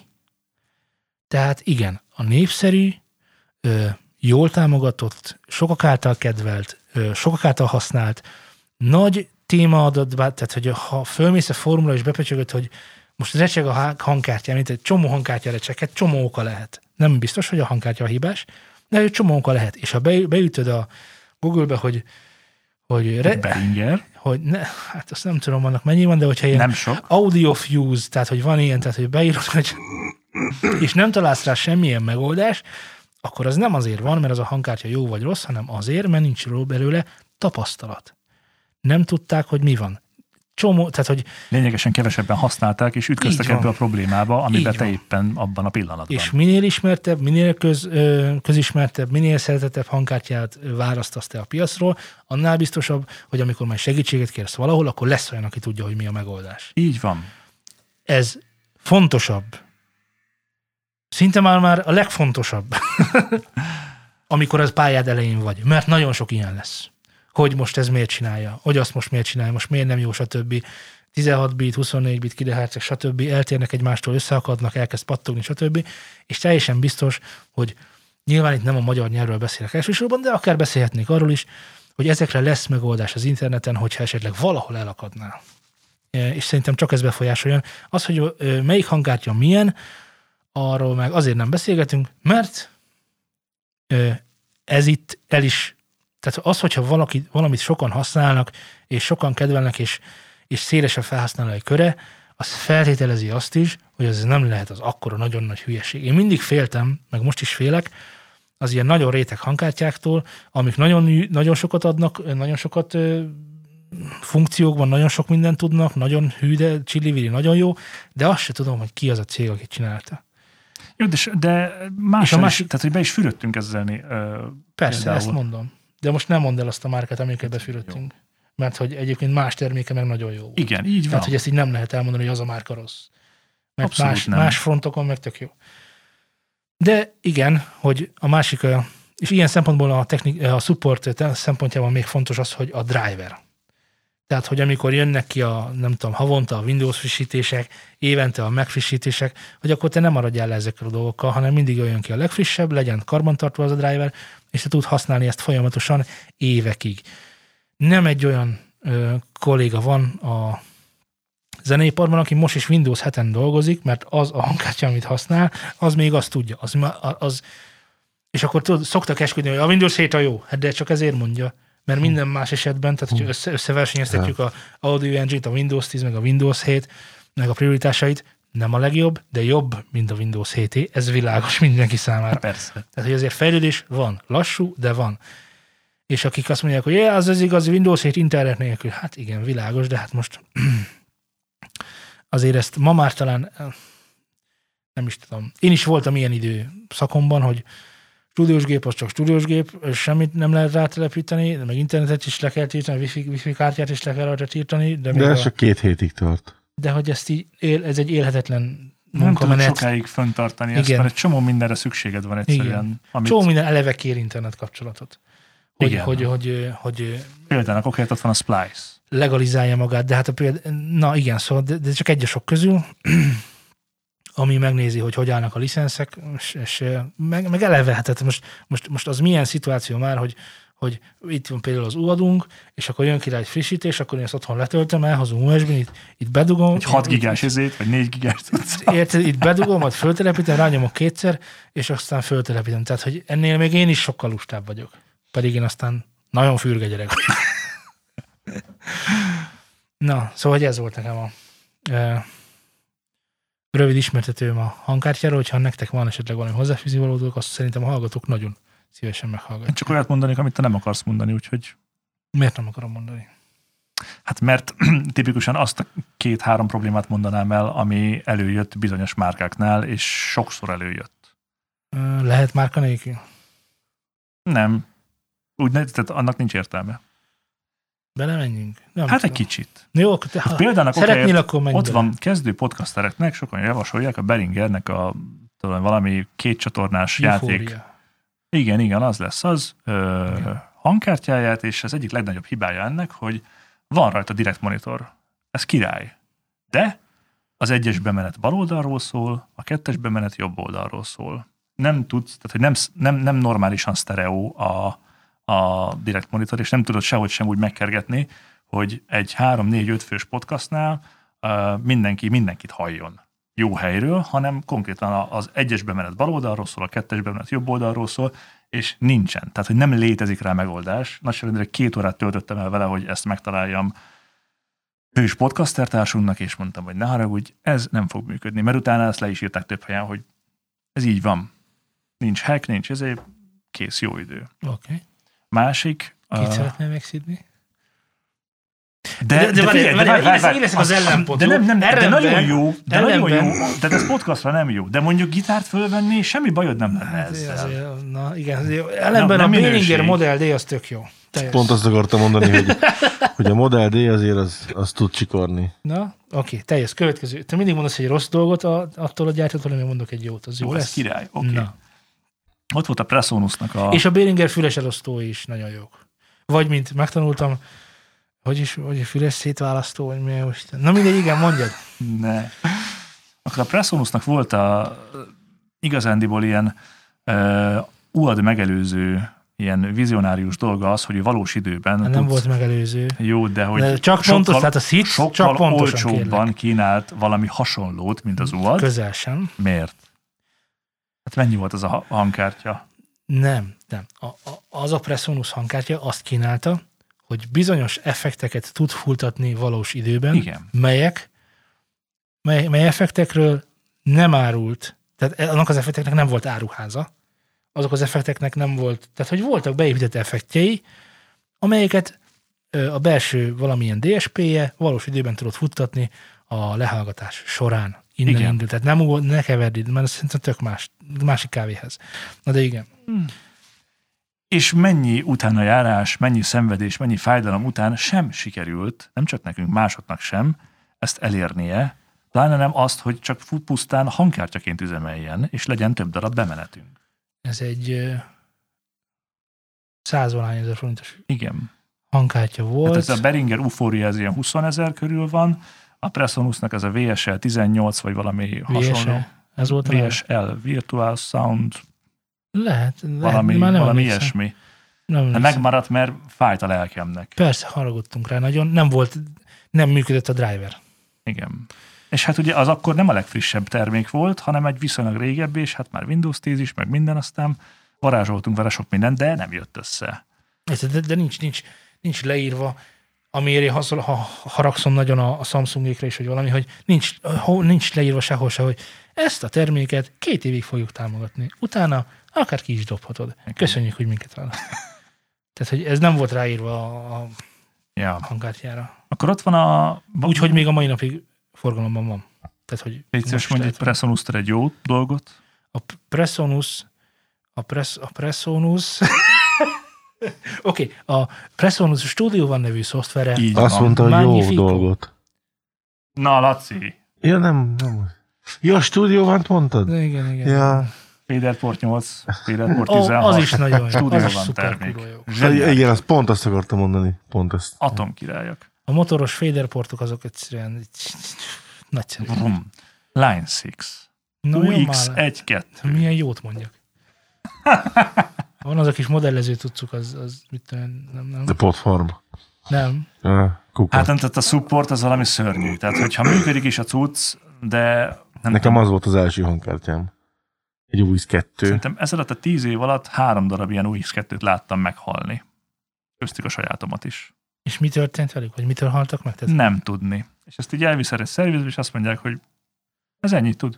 Tehát igen, a népszerű, jól támogatott, sokak által kedvelt, sokak által használt, nagy témaadat, tehát hogy ha fölmész a fórumra és bepöcsögöd, hogy most recseg a hangkártyán, mint egy csomó hangkártya recseghet, csomó oka lehet. Nem biztos, hogy a hangkártya a hibás, de egy csomó oka lehet. És ha beütöd a Google-be, hogy hogy, re, Behringer. hogy ne, hát azt nem tudom, annak mennyi van, de hogyha ilyen nem sok. audio fuse, tehát hogy van ilyen, tehát hogy beírod, hogy és nem találsz rá semmilyen megoldás, akkor az nem azért van, mert az a hangkártya jó vagy rossz, hanem azért, mert nincs belőle tapasztalat. Nem tudták, hogy mi van. Csomó, tehát hogy... Lényegesen kevesebben használták, és ütköztek ebbe a problémába, amiben te éppen abban a pillanatban. És minél ismertebb, minél köz, közismertebb, minél szeretetebb hangkártyát választasz te a piacról, annál biztosabb, hogy amikor majd segítséget kérsz valahol, akkor lesz olyan, aki tudja, hogy mi a megoldás. Így van. Ez fontosabb. Szinte már már a legfontosabb, amikor az pályád elején vagy. Mert nagyon sok ilyen lesz. Hogy most ez miért csinálja, hogy azt most miért csinálja, most miért nem jó, stb. tizenhat bit, huszonnégy bit, kilohertzek, stb. Eltérnek egymástól, összeakadnak, elkezd pattogni, stb. És teljesen biztos, hogy Nyilván itt nem a magyar nyelvről beszélek elsősorban, de akár beszélhetnék arról is, hogy ezekre lesz megoldás az interneten, hogyha esetleg valahol elakadnál. És szerintem csak ez befolyásoljon. Az, hogy melyik hangkártya milyen, arról meg azért nem beszélgetünk, mert ez itt el is, tehát az, hogyha valaki, valamit sokan használnak, és sokan kedvelnek, és, és szélesebb felhasználói köre, az feltételezi azt is, hogy ez nem lehet az akkora nagyon nagy hülyeség. Én mindig féltem, meg most is félek, az ilyen nagyon réteg hangkártyáktól, amik nagyon, nagyon sokat adnak, nagyon sokat ö, funkciókban, nagyon sok mindent tudnak, nagyon hű, de csillivili, nagyon jó, de azt se tudom, hogy ki az a cég, aki csinálta. Jó, de, de más, másik... is, tehát hogy be is fürödtünk ezzel. Ö, Persze, például. Ezt mondom. De most nem mondd el azt a márkát, amiket befürödtünk. Jó. Mert hogy egyébként más terméke meg nagyon jó. Igen, így van. Tehát, hogy ezt így nem lehet elmondani, hogy az a márka rossz. Mert más, más frontokon meg tök jó. De igen, hogy a másik, és ilyen szempontból a, technik, a support szempontjában még fontos az, hogy a driver. Tehát, hogy amikor jönnek ki a, nem tudom, havonta a Windows frissítések, évente a Mac frissítések, hogy akkor te nem maradjál le ezekkel a dolgokkal, hanem mindig jön ki a legfrissebb, legyen karbantartva az a driver, és te tud használni ezt folyamatosan évekig. Nem egy olyan ö, kolléga van a zeneiparban, aki most is Windows heten dolgozik, mert az a hangkártya, amit használ, az még azt tudja. Az, az, és akkor tudod, szoktak esküdni, hogy a Windows hét a jó, hát de csak ezért mondja, mert minden más esetben, tehát hogy össze, összeversenyeztetjük a Audio Engine-t, a Windows tíz, meg a Windows hét, meg a prioritásait, nem a legjobb, de jobb, mint a Windows hét. Ez világos mindenki számára. Persze. Tehát, hogy azért fejlődés van. Lassú, de van. És akik azt mondják, hogy az az igazi Windows hét internet nélkül, hát igen, világos, de hát most azért ezt ma már talán nem is tudom. Én is voltam ilyen idő szakomban, hogy stúdiós gép az csak stúdiós gép, semmit nem lehet rátelepíteni, meg internetet is le kell tiltani, wifi, wifi kártyát is le kell rajta tiltani. De, de ez a... csak két hétig tart. De hogy ezt így él, ez egy élhetetlen nem tudod sokáig fenntartani ezt, mert egy csomó mindenre szükséged van egyszerűen. Amit... Csomó minden eleve kér internet kapcsolatot. Hogy, hogy, hogy, hogy, például oké, ott van a Splice. Legalizálja magát, de hát a például, na igen, szóval, de, de csak egy a sok közül, ami megnézi, hogy hogy állnak a licenszek, és, és meg, meg eleve, hát most, most, most az milyen szituáció már, hogy, hogy itt van például az u adunk, és akkor jön ki rá egy frissítés, akkor én ezt otthon letöltöm, elhozom u es bé-n, itt, itt bedugom. Egy hat gigás ezét, vagy négy gigás. Érted, itt bedugom, majd föltelepítem, rányomok kétszer, és aztán föltelepítem. Tehát, hogy ennél még én is sokkal lustább vagyok. Pedig én aztán nagyon fürge gyerek vagyok. Na, szóval, hogy ez volt nekem a e, rövid ismertetőm a hangkártyáról, hogyha nektek van esetleg valami hozzáfűzni valódók, azt szerintem a hallgatók nagyon szívesen meghallgatják. Csak olyat mondanék, amit te nem akarsz mondani, úgyhogy... Miért nem akarom mondani? Hát mert tipikusan azt a két-három problémát mondanám el, ami előjött bizonyos márkáknál, és sokszor előjött. Lehet márka nélkül? Nem. Úgy, tehát annak nincs értelme. Belemenjünk? Nem hát tudom. Egy kicsit. Jó, akkor te, ha például szeretnél, akkor menj ott bele. van kezdő podcastereknek, sokan javasolják a Behringernek a tudom, valami kétcsatornás játék. Igen, igen, az lesz az. Ö, hangkártyáját, és az egyik legnagyobb hibája ennek, hogy van rajta direkt monitor. Ez király. De az egyes bemenet bal oldalról szól, a kettes bemenet jobb oldalról szól. Nem tudsz, tehát hogy nem, nem, nem normálisan sztereó a a direkt monitor, és nem tudod sehogy sem úgy megkergetni, hogy egy három-négy-öt fős podcastnál uh, mindenki mindenkit halljon jó helyről, hanem konkrétan az egyes bemenet bal oldalról szól, a kettes bemenet jobb oldalról szól, és nincsen. Tehát, hogy nem létezik rá megoldás. Nagyságrendben két órát töltöttem el vele, hogy ezt megtaláljam hős podcaster társunknak, és mondtam, hogy ne haragudj, ez nem fog működni, mert utána ezt le is írták több helyen, hogy ez így van. Nincs hack, nincs ezért, kész, jó idő. Oké. Okay. Másik... Kit uh... szeretnél megszidni? De, de, de, de figyelj, de várj, várj, várj, az ellenpont. De, nem, nem, de nagyon jó, de nagyon jó, de ez podcastra nem jó. De mondjuk gitárt fölvenni, semmi bajod nem lenne hát, ezzel. Azért, na igen, ellenben a Behringer Model D az tök jó. Teljes. Pont azt akartam mondani, hogy, hogy a Model D azért az, az tud csikorni. Na, oké, teljes. Következő. Te mindig mondasz egy rossz dolgot attól a gyártótól, hogy mondok egy jót. Az jó, jó lesz? Király, oké. Okay. Ott volt a Presonusnak a... És a Behringer füles elosztói is nagyon jók. Vagy, mint megtanultam, hogy is, hogy a füles szétválasztó, vagy mi most. Na mindegy, igen, mondjad. Ne. Akkor a Presonusnak volt a igazándiból ilyen uh, u á dé megelőző ilyen vizionárius dolga az, hogy valós időben... Nem tudsz, volt megelőző. Jó, de hogy de csak sokkal, pontos, tehát a szit sokkal csak pontosan olcsóbban kérlek. kínált valami hasonlót, mint az u á dé. Közel sem. Miért? Hát mennyi volt az a hangkártya? Nem, nem. A, a, az a Presonus hangkártya azt kínálta, hogy bizonyos effekteket tud futtatni valós időben, Igen. melyek, mely, mely effektekről nem árult, tehát annak az effekteknek nem volt áruháza, azok az effekteknek nem volt, tehát hogy voltak beépített effektjei, amelyeket a belső valamilyen dé es pé-je valós időben tudott futtatni a lehallgatás során. Innen igen. indult. Tehát nem, ne keverd, mert ez szerintem tök más, másik kávéhez. Na de igen. Hmm. És mennyi utána járás, mennyi szenvedés, mennyi fájdalom után sem sikerült, nem csak nekünk, másoknak sem, ezt elérnie, pláne nem azt, hogy csak pusztán hangkártyaként üzemeljen, és legyen több darab bemenetünk. Ez egy százvalány ezer forintos igen. hangkártya volt. Hát ez a Behringer Euphoria, ez ilyen huszonezer körül van, a Presonusnak ez a vé es el tizennyolc, vagy valami hasonló. Ez volt a vé es el, Virtual Sound, lehet, lehet valami, már nem valami emlékszem. ilyesmi. Nem de megmaradt, mert fájt a lelkemnek. Persze, haragudtunk rá nagyon. Nem volt, nem működött a driver. Igen. És hát ugye az akkor nem a legfrissebb termék volt, hanem egy viszonylag régebbi, és hát már Windows tíz is, meg minden, aztán varázsoltunk vele sok mindent, de nem jött össze. De, de nincs, nincs, nincs leírva, amiért én haszol, ha haragszom nagyon a, a Samsungékre is, hogy valami, hogy nincs, nincs leírva sehol se, hogy ezt a terméket két évig fogjuk támogatni. Utána akár ki is dobhatod. Köszönjük, hogy minket választ. Tehát, hogy ez nem volt ráírva a, a ja. hangkártyára. Akkor ott van a... Úgyhogy még a mai napig forgalomban van. Tehát, hogy Légy mondjuk Presonus-tól egy jó dolgot. A Presonus a, Pres, a Presonus oké, okay, a Presonus Studio One nevű szoftvere. Így azt van. Mondta, hogy jó dolgot. Na, Laci. Ja, nem, nem. Ja, a Studio One-t mondtad? Igen, igen. Ja. Faderport nyolc, Faderport tizenhat. Az is nagyon jó. Studio az One termék. Igen, azt pont azt akartam mondani. Pont ezt. Atomkirályok. A motoros faderportok azok egyszerűen nagyszerű. Brum. Line hat. u iksz egy kettő. Milyen jót mondjak. Van az a kis modellező tudszuk, az, az mit tudom, nem, nem. De platform. Nem. Ja, hát nem, tehát a support az valami szörnyű. Tehát, hogyha működik is a cucc, de... Nem Nekem tudom. az volt az első hangkártyám. Egy u iksz kettő. Szerintem ez alatt a tíz év alatt három darab ilyen u iksz kettőt láttam meghalni. Köztük a sajátomat is. És mi történt velük? Vagy mitől haltak meg? Tehát... Nem tudni. És ezt így elviszed egy szervizbe, és azt mondják, hogy ez ennyit tud.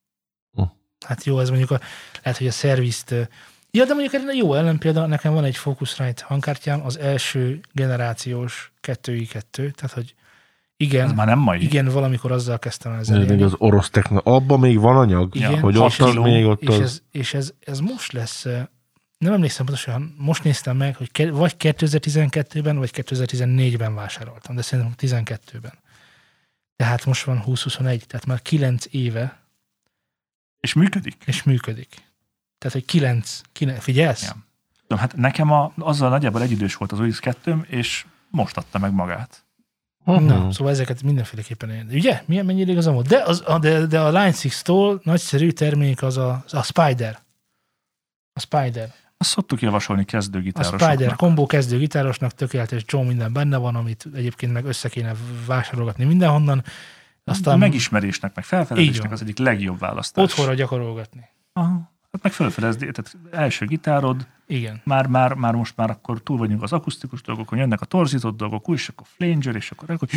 Hát jó, ez mondjuk a, lehet, hogy a szervizt... Ja, de mondjuk egy jó ellenpélda, nekem van egy Focusrite hangkártyám, az első generációs kettő i kettő, tehát hogy igen, ez már nem mai. Igen, valamikor azzal kezdtem ezzel élni. Még az orosz technológia, abban még van anyag, igen, hogy ott az még ott és az... Ez, és ez, ez most lesz, nem emlékszem pontosan, most néztem meg, hogy ke, vagy kétezer-tizenkettőben, vagy kétezer-tizennégyben vásároltam, de szerintem tizenkettőben. Tehát most van húsz-huszonegy, tehát már kilenc éve. És működik? És működik. Tehát, hogy kilenc, kilenc figyelsz? Ja. Tudom, hát nekem a, azzal nagyjából egyidős volt az u iksz kettőm, és most adta meg magát. Uh-huh. Na, szóval ezeket mindenféleképpen érni. Ugye? Milyen mennyire igazam volt? De, az, de, de a Line hat-tól nagyszerű termék az a, a Spider. A Spider. Azt szoktuk javasolni kezdőgitárosoknak. A Spider kombó kezdőgitárosnak tökéletes, csomó minden benne van, amit egyébként meg össze kéne vásárolgatni mindenhonnan. Aztán megismerésnek, meg felfedezésnek az egyik legjobb választás. Otthonra gyakorolgatni. Aha. Hát meg felfedezni, tehát első gitárod, igen. Már, már, már most már akkor túl vagyunk az akusztikus dolgokon, jönnek a torzított dolgok, és akkor flanger, és akkor, akkor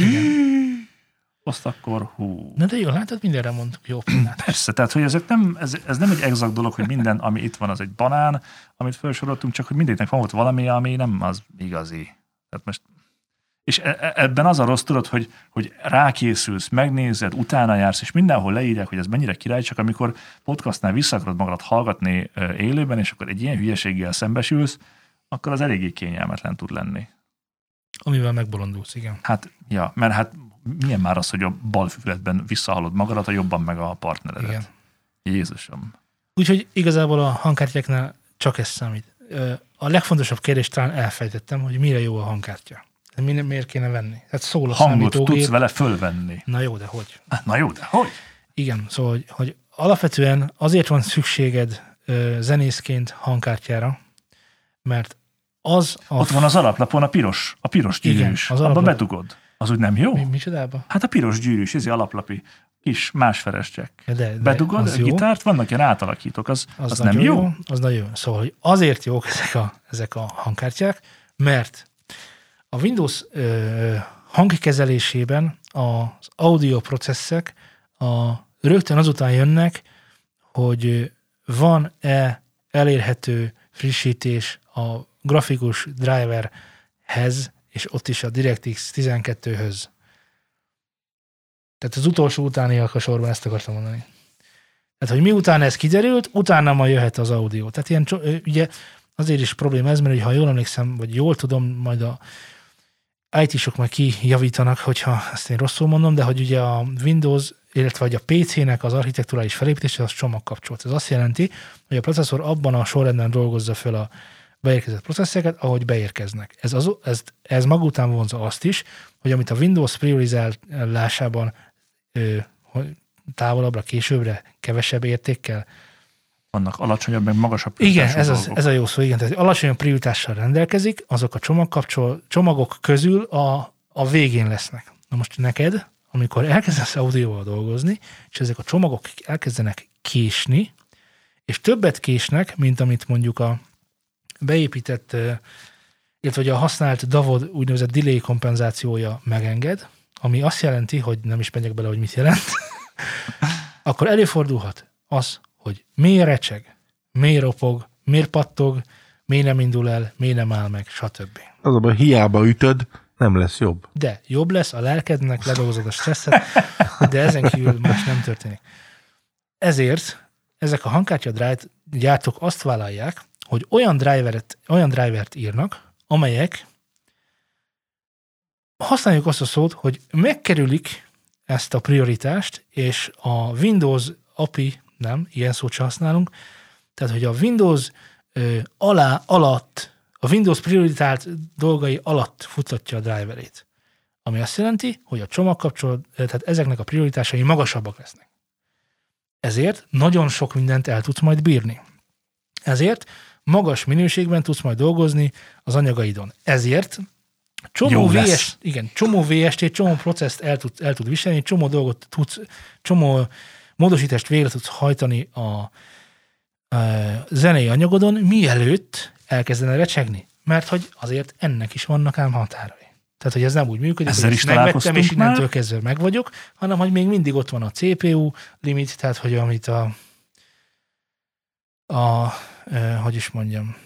azt akkor hú. Na de jó, látod, mindenre mondtuk jó példát. Persze, tehát hogy ezek nem, ez, ez nem egy exakt dolog, hogy minden, ami itt van, az egy banán, amit felsoroltunk, csak hogy mindegynek van ott valami, ami nem az igazi. Tehát most és ebben az a rossz, tudod, hogy, hogy rákészülsz, megnézed, utána jársz, és mindenhol leírják, hogy ez mennyire király, csak amikor podcastnál vissza akarod magadat hallgatni élőben, és akkor egy ilyen hülyeséggel szembesülsz, akkor az eléggé kényelmetlen tud lenni. Amivel megbolondulsz, igen. Hát, ja, mert hát milyen már az, hogy a bal füledben visszahallod magadat, a jobban meg a partneredet. Igen. Jézusom. Úgyhogy igazából a hangkártyáknál csak ez számít. A legfontosabb kérdést talán elfejtettem, hogy mire jó a hangkártya. Miért kéne venni? Hát szól a hangot tudsz vele fölvenni. Na jó, de hogy? Na jó, de hogy? Igen, szóval, hogy, hogy alapvetően azért van szükséged ö, zenészként hangkártyára, mert az a... Ott van az alaplapon a piros, a piros gyűrűs. Igen, abba bedugod. Az úgy nem jó? Mi, micsodába? Hát a piros gyűrűs, ez alaplapi kis másferes jack. De, de bedugod a gitárt, vannak ilyen átalakítók, az, az, az nem jó? jó? Az nagyon jó. Szóval, hogy azért jók ezek a, ezek a hangkártyák, mert a Windows ö, hangkezelésében az audio processzek a, rögtön azután jönnek, hogy van-e elérhető frissítés a grafikus driverhez, és ott is a DirectX tizenkettőhöz. Tehát az utolsó utániak a sorban, ezt akartam mondani. Tehát, hogy miután ez kiderült, utána majd jöhet az audio. Tehát ilyen, ugye azért is probléma ez, mert ha jól emlékszem, vagy jól tudom, majd a í té-sok meg kijavítanak, hogyha ezt én rosszul mondom, de hogy ugye a Windows, illetve a pé cének az architekturális felépítése az csomagkapcsolt. Ez azt jelenti, hogy a processzor abban a sorrendben dolgozza föl a beérkezett processzeket, ahogy beérkeznek. Ez, az, ez, ez maga után vonza azt is, hogy amit a Windows priorizálásában ö, távolabbra, későbbre, kevesebb értékkel. Vannak alacsonyabb, meg magasabb. Igen, ez, az, ez a jó szó, igen. Tehát alacsonyabb prioritással rendelkezik, azok a csomagkapcsol, csomagok közül a, a végén lesznek. Na most neked, amikor elkezdesz audióval dolgozni, és ezek a csomagok elkezdenek késni, és többet késnek, mint amit mondjuk a beépített, illetve hogy a használt davod úgynevezett delay kompenzációja megenged, ami azt jelenti, hogy nem is megyek bele, hogy mit jelent, akkor előfordulhat az, hogy miért recseg, miért ropog, miért pattog, miért nem indul el, miért nem áll meg, stb. Azonban hiába ütöd, nem lesz jobb. De jobb lesz a lelkednek, ledolgozod a stresszet, de ezen kívül más nem történik. Ezért ezek a hangkártya gyártók azt vállalják, hogy olyan driveret, olyan drivert írnak, amelyek, használjuk azt a szót, hogy megkerülik ezt a prioritást, és a Windows á pé i, nem, ilyen szót sem használunk, tehát, hogy a Windows ö, alá, alatt, a Windows prioritált dolgai alatt futatja a driverét. Ami azt jelenti, hogy a csomagkapcsolat, tehát ezeknek a prioritásai magasabbak lesznek. Ezért nagyon sok mindent el tudsz majd bírni. Ezért magas minőségben tudsz majd dolgozni az anyagaidon. Ezért csomó vé es té, igen, csomó vé es té, csomó processzt el tud, el tud viselni, csomó dolgot tudsz, csomó módosítást végre tudsz hajtani a, a zenei anyagodon, mielőtt elkezdene recsegni. Mert hogy azért ennek is vannak ám határai. Tehát, hogy ez nem úgy működik, ezzel hogy ezt megvettem, és innentől már? kezdve meg vagyok, hanem, hogy még mindig ott van a cé pé u limit, tehát, hogy amit a, a eh, hogy is mondjam,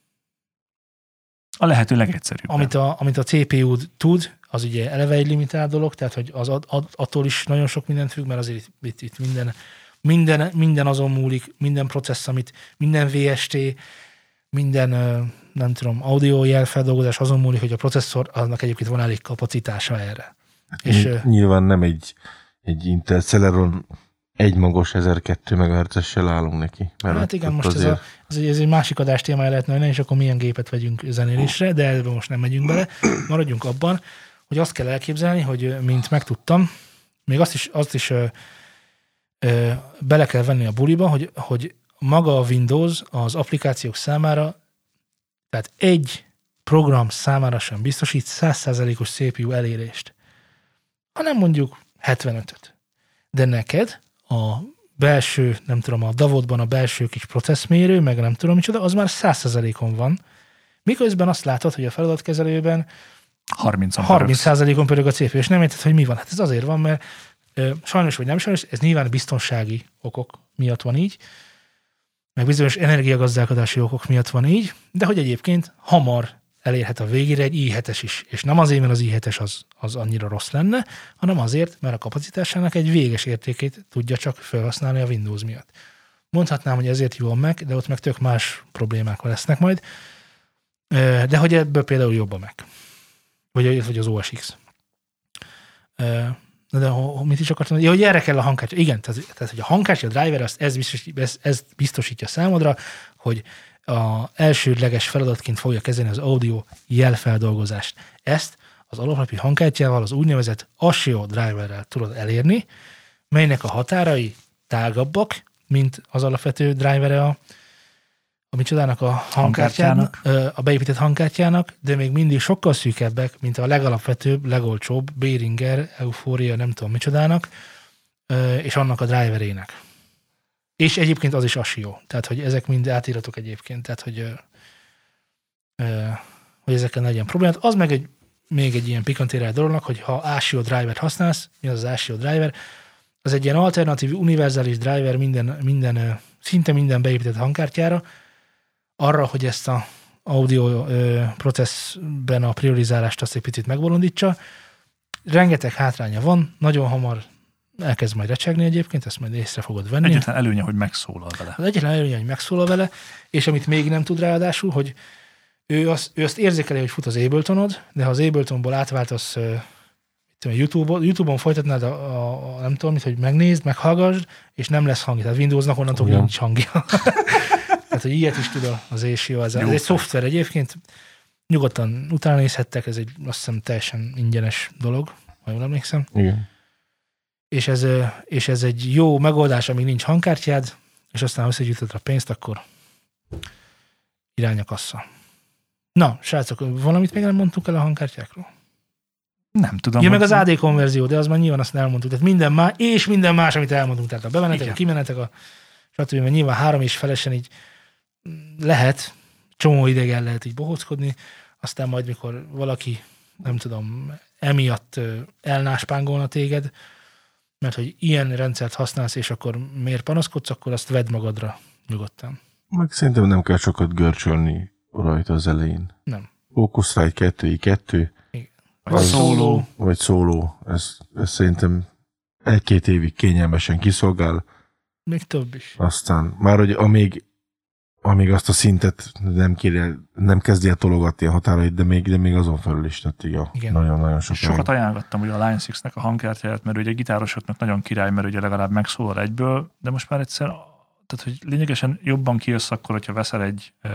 a lehető legegyszerűbb. Amit a, amit a cé pé u tud, az ugye eleve egy limitált dolog, tehát, hogy az ad, ad, attól is nagyon sok mindent függ, mert azért itt, itt minden, minden, minden azon múlik, minden processz, amit, minden vé es té, minden, nem tudom, audio jelfeldolgozás azon múlik, hogy a processzor, annak egyébként van elég kapacitása erre. És nyilván nem egy, egy Intel Celeron egymagos ezerkettő megahertzessel állunk neki. Hát igen, most ez, a, ez, egy, ez egy másik adás témája lehetne, és akkor milyen gépet vegyünk zenélésre, de ebben most nem megyünk bele. Maradjunk abban, hogy azt kell elképzelni, hogy mint megtudtam, még azt is, azt is ö, ö, bele kell venni a buliba, hogy, hogy maga a Windows az applikációk számára, tehát egy program számára sem biztosít száz százalékos cé pé u elérést, hanem mondjuk hetvenötöt. De neked a belső, nem tudom, a davodban a belső kis processzmérő, meg nem tudom micsoda, az már száz százalékon van. Miközben azt látod, hogy a feladatkezelőben harminc százalékon pörög a cé pé u, és nem érted, hogy mi van. Hát ez azért van, mert ö, sajnos vagy nem sajnos, ez nyilván biztonsági okok miatt van így, meg bizonyos energiagazdálkodási okok miatt van így, de hogy egyébként hamar elérhet a végére egy i hetes is. És nem azért, mert az i hetes az, az annyira rossz lenne, hanem azért, mert a kapacitásának egy véges értékét tudja csak felhasználni a Windows miatt. Mondhatnám, hogy ezért jó a Mac, de ott meg tök más problémák lesznek majd. De hogy ebből például jobb a Mac. Vagy, vagy az o es iksz. De mit is akartam? Ja, hogy erre kell a hangkártya. Igen, tehát, tehát hogy a hangkártya, a driver, azt ez, biztosítja, ez, ez biztosítja számodra, hogy a elsődleges feladatként fogja kezelni az audio jelfeldolgozást. Ezt az alaplapi hangkártyával, az úgynevezett ASIO driverrel tudod elérni, melynek a határai tágabbak, mint az alapvető drivere a, a micsodának a hangkártyának, a beépített hangkártyának, de még mindig sokkal szűkebbek, mint a legalapvetőbb, legolcsóbb Behringer, Euphoria, nem tudom micsodának, és annak a driverének. És egyébként az is ASIO. Tehát, hogy ezek mind átíratok egyébként. Tehát, hogy, hogy ezeken legyen problémát. Az meg egy, még egy ilyen pikantérája dolognak, hogy ha ASIO drivert használsz, mi az az ASIO driver, az egy ilyen alternatív, univerzális driver minden, minden, szinte minden beépített hangkártyára, arra, hogy ezt a audio processzben a priorizálást azt egy picit megbolondítsa. Rengeteg hátránya van, nagyon hamar elkezd majd recsegni egyébként, ezt majd észre fogod venni. Egyetlen előnye, hogy megszólal vele. Az egyetlen előnye, hogy megszólal vele, és amit még nem tud ráadásul, hogy ő azt, ő azt érzékeli, hogy fut az Abletonod, de ha az Abletonból átváltasz YouTube-on, YouTube-on folytatnád a, a, a nem tudom mit, hogy megnézd, meghallgassd, és nem lesz hangja. Tehát Windowsnak onnantól Ugyan. nincs hangja. Tehát, hogy ilyet is tud az ASIO. Ez, ez egy szoftver egyébként. Nyugodtan utána nézhettek, ez egy azt hiszem teljesen ingyenes dolog, ha jól emlékszem. Igen. És ez, és ez egy jó megoldás, amíg nincs hangkártyád, és aztán összegyűjtöd a pénzt, akkor irány a kassa. Na, srácok, valamit még nem mondtuk el a hangkártyákról? Nem tudom. Ja, meg az á dé konverzió, de az már nyilván azt elmondtuk. Tehát minden más, és minden más, amit elmondtunk. Tehát a bemenetek, igen. A kimenetek, a stb. Mert nyilván három és felesen így lehet, csomó ideig el lehet így bohóckodni, aztán majd, mikor valaki, nem tudom, emiatt elnáspángolna téged, mert hogy ilyen rendszert használsz, és akkor miért panaszkodsz, akkor azt vedd magadra nyugodtan. Meg szerintem nem kell sokat görcsölni rajta az elején. Nem. Focusrite kettő i kettő. Vagy az, szóló. Vagy szóló. Ez, ez szerintem egy-két évig kényelmesen kiszolgál. Még több is. Aztán már, hogy amíg, amíg azt a szintet nem, kér, nem kezdi el tologatni a határait, de még, de még azon felül is tették. Ja, nagyon-nagyon sok. Sokat ajánlottam ugye a Line Six-nek a hangkártyáját, mert ugye gitárosoknak nagyon király, mert ugye legalább megszólal egyből, de most már egyszer, tehát hogy lényegesen jobban kijössz akkor, hogyha veszel egy e,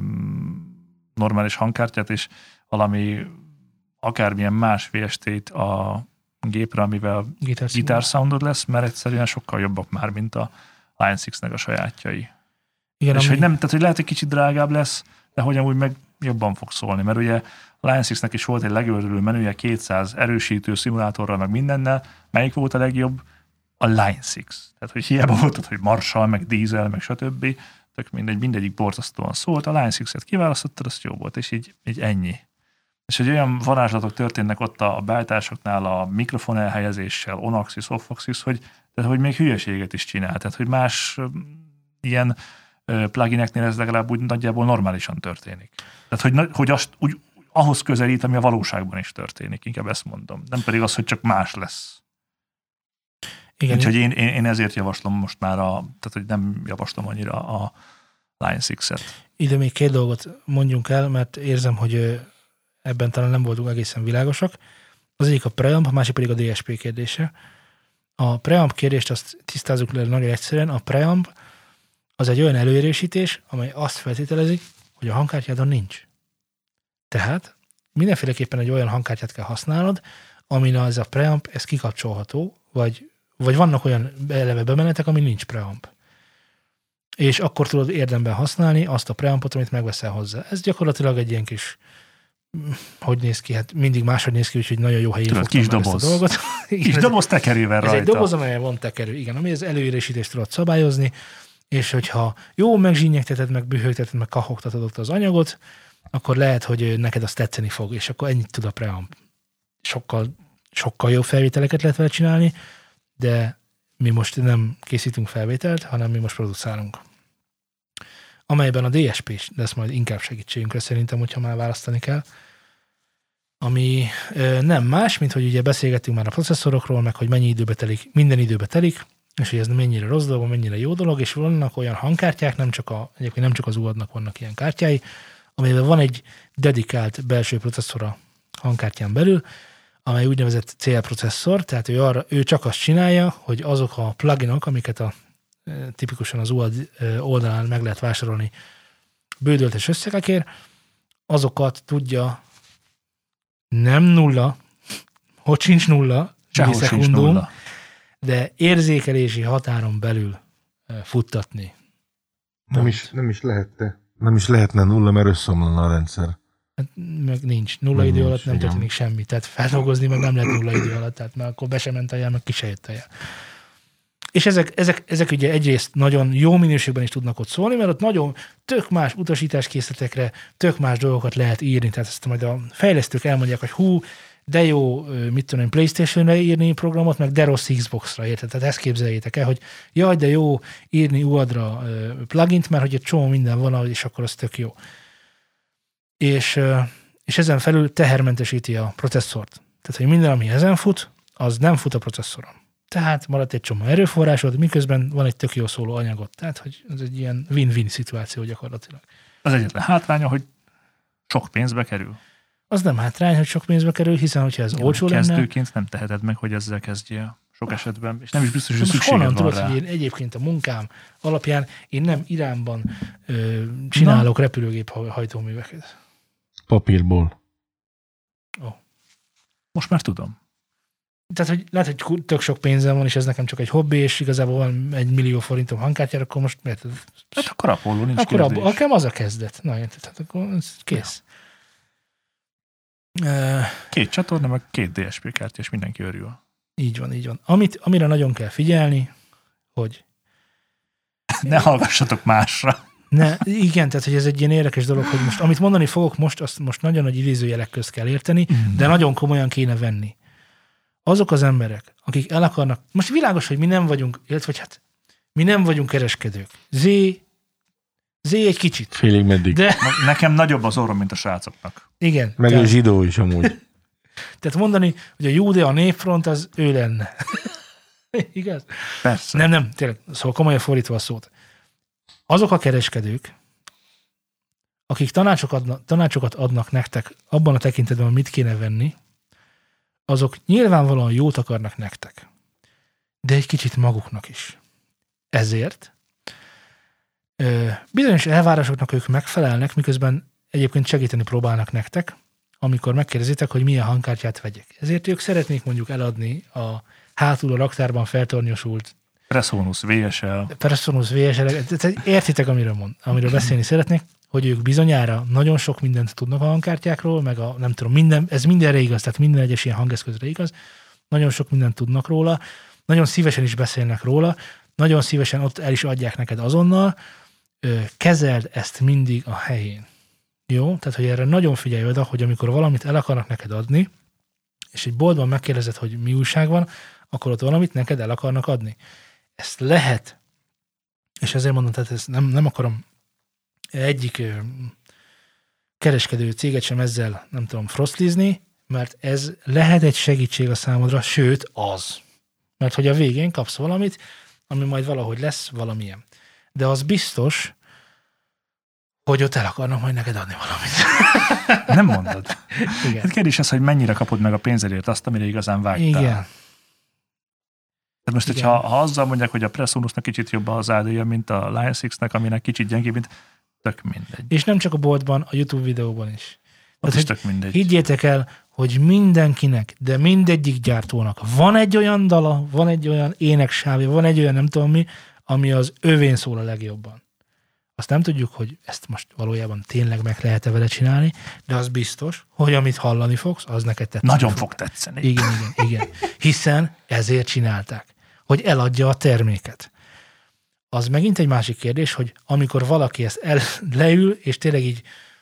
normális hangkártyát, és valami akármilyen más vé es té-t a gépre, amivel gitársoundod lesz, mert egyszerűen sokkal jobbak már, mint a Line Six-nek a sajátjai. Igen, és ami... hogy nem, tehát hogy lehet, hogy kicsit drágább lesz, de hogy amúgy meg jobban fog szólni, mert ugye a Line Six-nek is volt egy legőrülő menüje, kétszáz erősítő szimulátorral, meg mindennel. Melyik volt a legjobb? A Line Six. Tehát, hogy hiába volt, hogy Marshall, meg Diesel, meg stb. Tök mindegy, mindegyik borzasztóan szólt. A Line Six-et kiválasztottad, az jó volt, és így, így ennyi. És hogy olyan varázslatok történnek ott a beállításoknál a mikrofon elhelyezéssel, on-axis, off-axis, hogy, tehát, hogy még hülyeséget is csinál. Tehát, hogy más ilyen plugineknél ez legalább úgy nagyjából normálisan történik. Tehát, hogy, hogy azt úgy, ahhoz közelít, ami a valóságban is történik, inkább ezt mondom. Nem pedig az, hogy csak más lesz. Igen. Úgyhogy én, én, én ezért javaslom most már, a, tehát hogy nem javaslom annyira a Line Six-et. Ide még két dolgot mondjunk el, mert érzem, hogy ebben talán nem voltunk egészen világosak. Az egyik a preamp, a másik pedig a dé es pé kérdése. A preamp kérdést azt tisztázzuk le nagyon egyszerűen. A preamp az egy olyan előérésítés, amely azt feltételezik, hogy a hangkártyádon nincs. Tehát mindenféleképpen egy olyan hangkártyát kell használnod, amin ez a preamp, ez kikapcsolható, vagy, vagy vannak olyan eleve bemenetek, amin nincs preamp. És akkor tudod érdemben használni azt a preampot, amit megveszel hozzá. Ez gyakorlatilag egy ilyen kis, hogy néz ki, hát mindig máshogy néz ki, úgyhogy nagyon jó helyén tudod, kis doboz. Ezt a dolgot. Kis doboz tekerővel rajta. Ez egy doboz, amelyen van tekerő, igen, ami az előérésítést tudod szabályozni, és hogyha jó megzsínyegteted, meg bühögteted, meg kahogtatod ott az anyagot, akkor lehet, hogy neked azt tetszeni fog, és akkor ennyit tud a preamp. Sokkal, sokkal jobb felvételeket lehet vele csinálni, de mi most nem készítünk felvételt, hanem mi most producálunk. Amelyben a dé es pé is lesz majd inkább segítségünkre szerintem, hogyha már választani kell. Ami ö, nem más, mint hogy ugye beszélgettünk már a processzorokról, meg hogy mennyi időbe telik, minden időbe telik, és hogy ez mennyire rossz dolog, mennyire jó dolog, és vannak olyan hangkártyák, nem csak, a, egyébként nem csak az u á dé-nak vannak ilyen kártyái, amelyben van egy dedikált belső processzor a hangkártyán belül, amely úgynevezett célprocesszor, tehát ő, arra, ő csak azt csinálja, hogy azok a pluginok, amiket a, tipikusan az u á dé oldalán meg lehet vásárolni bődöltes összegekért, azokat tudja nem nulla, hogy sincs nulla, millisekundum, de érzékelési határon belül futtatni. Nem is, nem is lehetne. Nem is lehetne nulla, mert összeomlana a rendszer. Hát, meg nincs. Nulla meg idő nincs, alatt nem igen. történik semmi. Tehát feldolgozni meg nem lehet nulla idő alatt. Tehát mert akkor be sem ment a jel, meg ki se jött a jel. És ezek, ezek, ezek ugye egyrészt nagyon jó minőségben is tudnak ott szólni, mert ott nagyon tök más utasításkészletekre, tök más dolgokat lehet írni. Tehát ezt majd a fejlesztők elmondják, hogy hú, de jó, mit tudom én, PlayStation-re írni programot, meg de rossz Xbox-ra, érted? Tehát ezt képzeljétek el, hogy jaj, de jó írni u á dé-ra plugint, mert hogy egy csomó minden van, és akkor az tök jó. És, és ezen felül tehermentesíti a processzort. Tehát, hogy minden, ami ezen fut, az nem fut a processzoron. Tehát maradt egy csomó erőforrásod, miközben van egy tök jó szóló anyagot. Tehát, hogy ez egy ilyen win-win szituáció gyakorlatilag. Az egyetlen hátránya, hogy sok pénzbe kerül. Az nem hátrány, hogy sok pénzbe kerül, hiszen hogyha ez olcsó lenne... Kezdőként nem teheted meg, hogy ezzel kezdjél sok esetben, és nem is biztos, hogy szükséged van tudod, rá. hogy én egyébként a munkám alapján én nem Iránban ö, csinálok Na. repülőgép hajtóműveket. Papírból. Oh. Most már tudom. Tehát, hogy lehet, hogy tök sok pénzem van, és ez nekem csak egy hobbi, és igazából van egy millió forintom hangkártyára, akkor most miért? Hát akkor Apollo, nincs akkor kérdés. Akkor abból, az a kezdet. Na, érted, tehát akkor ez kész. Ja. Két csatorna, meg két dé es pé kártya, és mindenki örül. Így van, így van. Amit, amire nagyon kell figyelni, hogy... Ne hallgassatok másra. Ne, igen, tehát hogy ez egy ilyen érdekes dolog, hogy most, amit mondani fogok most, azt most nagyon nagy idézőjelek közt kell érteni, mm. de nagyon komolyan kéne venni. Azok az emberek, akik el akarnak... Most világos, hogy mi nem vagyunk, illetve hát mi nem vagyunk kereskedők. Zé, Zé egy kicsit. Félig meddig. De... Nekem nagyobb az orrom, mint a srácoknak. Igen. Meg tehát... a zsidó is amúgy. Tehát mondani, hogy a Júdea Népfront az ő lenne. Igaz? Persze. Nem, nem, tényleg, szóval komolyan fordítva a szót. Azok a kereskedők, akik tanácsokat adnak, tanácsokat adnak nektek abban a tekintetben, mit kéne venni, azok nyilvánvalóan jót akarnak nektek. De egy kicsit maguknak is. Ezért ö, bizonyos elvárásoknak ők megfelelnek, miközben egyébként segíteni próbálnak nektek, amikor megkérdezitek, hogy milyen hangkártyát vegyek. Ezért ők szeretnék mondjuk eladni a hátul a raktárban feltornyosult Presonus vé es el. Presonus vé es el. Értitek, amiről, mond, amiről beszélni szeretnék, hogy ők bizonyára nagyon sok mindent tudnak a hangkártyákról, meg a nem tudom, minden, ez mindenre igaz, tehát minden egyes ilyen hangeszközre igaz, nagyon sok mindent tudnak róla, nagyon szívesen is beszélnek róla, nagyon szívesen ott el is adják neked azonnal, kezeld ezt mindig a helyén. Jó? Tehát, hogy erre nagyon figyelj oda, hogy amikor valamit el akarnak neked adni, és egy boltban megkérdezed, hogy mi újság van, akkor ott valamit neked el akarnak adni. Ezt lehet, és ezért mondom, tehát ezt nem, nem akarom egyik kereskedő céget sem ezzel, nem tudom, frostlizni, mert ez lehet egy segítség a számodra, sőt, az. Mert hogy a végén kapsz valamit, ami majd valahogy lesz valamilyen. De az biztos, hogy ott el akarnak majd neked adni valamit. Nem mondod. Igen. Hát kérdés az, hogy mennyire kapod meg a pénzedért azt, amire igazán vágytál. Igen. Tehát most, hogyha ha azzal mondják, hogy a Presonusnak kicsit jobb az áldója, mint a Lions X-nek, aminek kicsit gyengébb, mint tök mindegy. És nem csak a boltban, a YouTube videóban is. Ott is tök mindegy. Higgyétek el, hogy mindenkinek, de mindegyik gyártónak van egy olyan dala, van egy olyan éneksávja, van egy olyan nem tudom mi, ami az övén szól a legjobban. Azt nem tudjuk, hogy ezt most valójában tényleg meg lehet-e vele csinálni, de az biztos, hogy amit hallani fogsz, az neked tetszeni Nagyon fog. fog tetszeni. Igen, igen, igen. Hiszen ezért csinálták, hogy eladja a terméket. Az megint egy másik kérdés, hogy amikor valaki ezt el, leül, és tényleg így,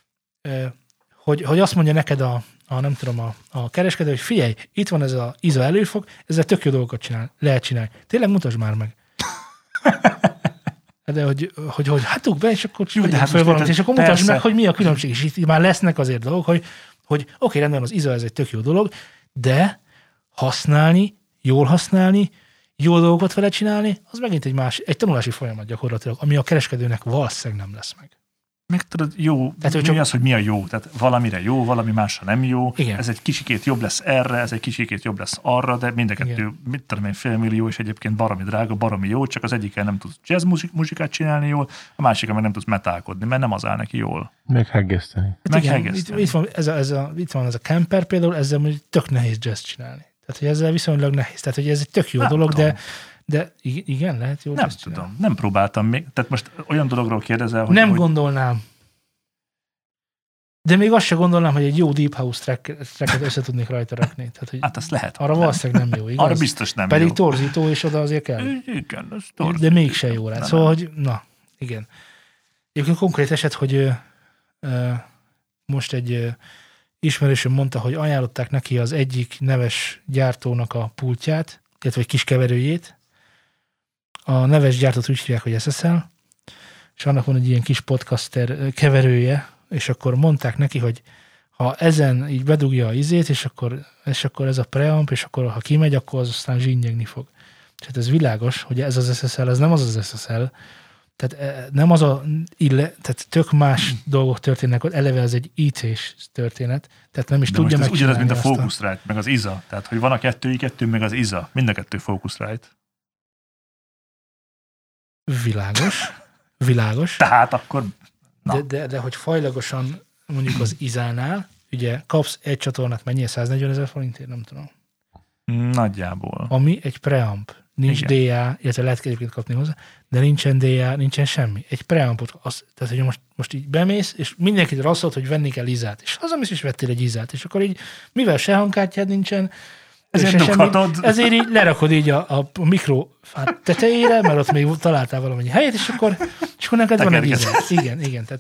hogy, hogy azt mondja neked a, a nem tudom, a, a kereskedő, hogy figyelj, itt van ez az iza előfog, ezzel tök jó dolgokat csinál, lehet csinálni. Tényleg mutasd már meg. De hogy, hogy, hogy hát be, és akkor jó, de hát föl valamit, és akkor mutasd persze. meg, hogy mi a különbség. És itt már lesznek azért dolgok, hogy, hogy oké, rendben, az iza ez egy tök jó dolog, de használni, jól használni, jó dolgokat vele csinálni, az megint egy más, egy tanulási folyamat gyakorlatilag, ami a kereskedőnek valószínűleg nem lesz meg. Meg tudod, jó, Tehát, mi csak... az, hogy mi a jó? Tehát valamire jó, valami másra nem jó. Igen. Ez egy kicsikét jobb lesz erre, ez egy kicsikét jobb lesz arra, de mind a kettő, mit tudom én, félmillió, és egyébként baromi drága, baromi jó, csak az egyikkel nem tudsz jazz muzsikát csinálni jól, a másikkal meg nem tudsz metálkodni, mert nem az áll neki jól. Meghegeszteni. Hát Meg igen, itt, itt, van ez a, ez a, itt van ez a Kemper például, ezzel tök nehéz jazz csinálni. Tehát, hogy ezzel viszonylag nehéz. Tehát, hogy ez egy tök jó nem dolog, tudom. de De igen, lehet jól. Nem tudom, csinálni. Nem próbáltam még. Tehát most olyan dologról kérdezel, hogy... Nem hogy... gondolnám. De még azt se gondolnám, hogy egy jó Deep House track, tracket össze tudnék rajta rakni. Tehát, hogy hát azt lehet. Arra valószínűleg nem jó, igaz? Arra biztos nem Pedig jó. torzító, és oda azért kell. Igen, az torzító. De mégse jó rá. Szóval, hogy na, igen. Egyébként konkrét eset, hogy ö, ö, most egy ö, ismerősöm mondta, hogy ajánlották neki az egyik neves gyártónak a pultját, illetve egy kis keverőjét. A neves gyártót úgy hívják, hogy es es el, és annak van egy ilyen kis podcaster keverője, és akkor mondták neki, hogy ha ezen így bedugja a izét, és akkor, és akkor ez a preamp, és akkor ha kimegy, akkor az aztán zsínnyegni fog. Tehát ez világos, hogy ez az es es el, ez nem az az es es el, tehát nem az a, ille, tehát tök más dolgok történnek, hogy eleve ez egy í té-s történet, tehát nem is de tudja megcsinálni. megcsinálni. Ugyanaz, mint a Focusrite, meg az iza. Tehát, hogy van a kettő i kettő, meg az iza. Mind a kettő Focusrite. Világos. Világos. Tehát akkor... De, de, de hogy fajlagosan mondjuk az izánál, ugye kapsz egy csatornát, mennyi? száznegyven ezer forintért? Nem tudom. Nagyjából. Ami egy preamp. Nincs igen. dé á, illetve lehet egyébként kapni hozzá, de nincsen dé á, nincsen semmi. Egy preampot, az, tehát hogy most, most így bemész, és mindenkit rasszolt, hogy venni kell izát. És hazamész, és vettél egy izát. És akkor így, mivel se hangkártyád nincsen, ezért, semmi, ezért így lerakod így a, a mikrofát tetejére, mert ott még találtál valamennyi helyet, és akkor, és akkor neked van egy izát. Igen, igen. Tehát,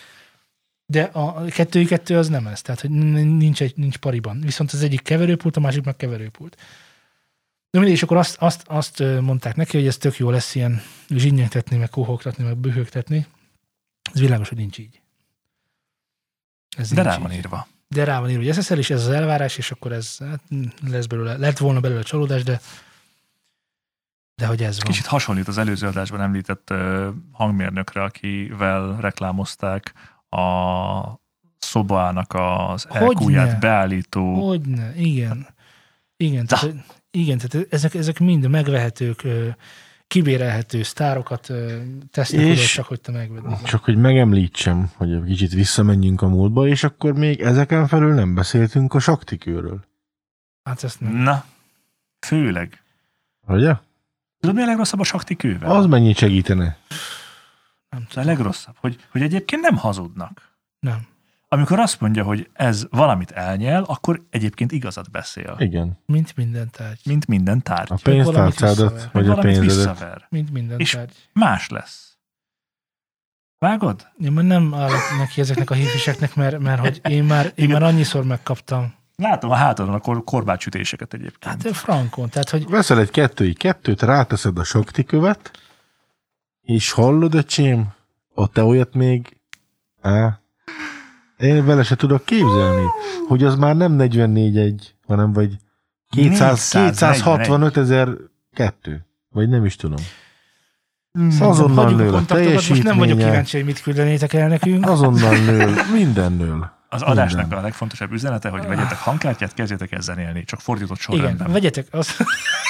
de a kettő i kettő az nem ez, tehát hogy nincs, egy, nincs pariban. Viszont az egyik keverőpult, a másik meg keverőpult. De mindig, és akkor azt, azt, azt mondták neki, hogy ez tök jó lesz ilyen zsinnyegtetni, meg kóhogtatni, meg bühögtetni. Ez világos, hogy nincs így. Ez de rá van írva. De rá van írva, hogy es es el, és ez az elvárás, és akkor ez hát, lesz belőle, lett volna belőle csalódás, de de hogy ez van. Kicsit hasonlít az előző adásban említett uh, hangmérnökre, akivel reklámozták a szobának az é kú-ját beállító. Hogyne, igen. Igen, tehát, igen, tehát ezek, ezek mind megvehetők, kibérelhető sztárokat tesznek oda, csak hogy te megvedd. Csak hogy megemlítsem, hogy kicsit visszamenjünk a múltba, és akkor még ezeken felül nem beszéltünk a saktikőről. Hát ezt nem. Na, főleg. Ugye? Tudod, mi a legrosszabb a saktikővel? Az mennyit segítene? Nem tudom. A legrosszabb, hogy, hogy egyébként nem hazudnak. Nem. Amikor azt mondja, hogy ez valamit elnyel, akkor egyébként igazat beszél. Igen. Mint minden tárgy. Mint minden tárgy. A pénztárcádat, vagy a pénzedet. Mint minden és tárgy. más lesz. Vágod? Én már nem állok neki ezeknek a hífiseknek, mert, mert hogy én már, én már annyiszor megkaptam. Látom a hátadon a kor- korbácsütéseket egyébként. Hát frankon. Tehát, hogy... Veszel egy kettői kettőt, ráteszed a saktikövet, és hallod, öcsém, ott te olyat még... Á, én vele se tudok képzelni, hogy az már nem negyvennégy egy, hanem vagy kétszáz, kétszázhatvanöt ezer kettő. Vagy nem is tudom. Mm, azonnal nől a teljesítménye. Most nem vagyok kíváncsi, hogy mit küldenétek el nekünk. Azonnal nől, minden nől. Az adásnak minden. A legfontosabb üzenete, hogy vegyetek hangkártyát, kezdjetek el zenélni, csak fordított sorrendben. Igen, vegyetek azt.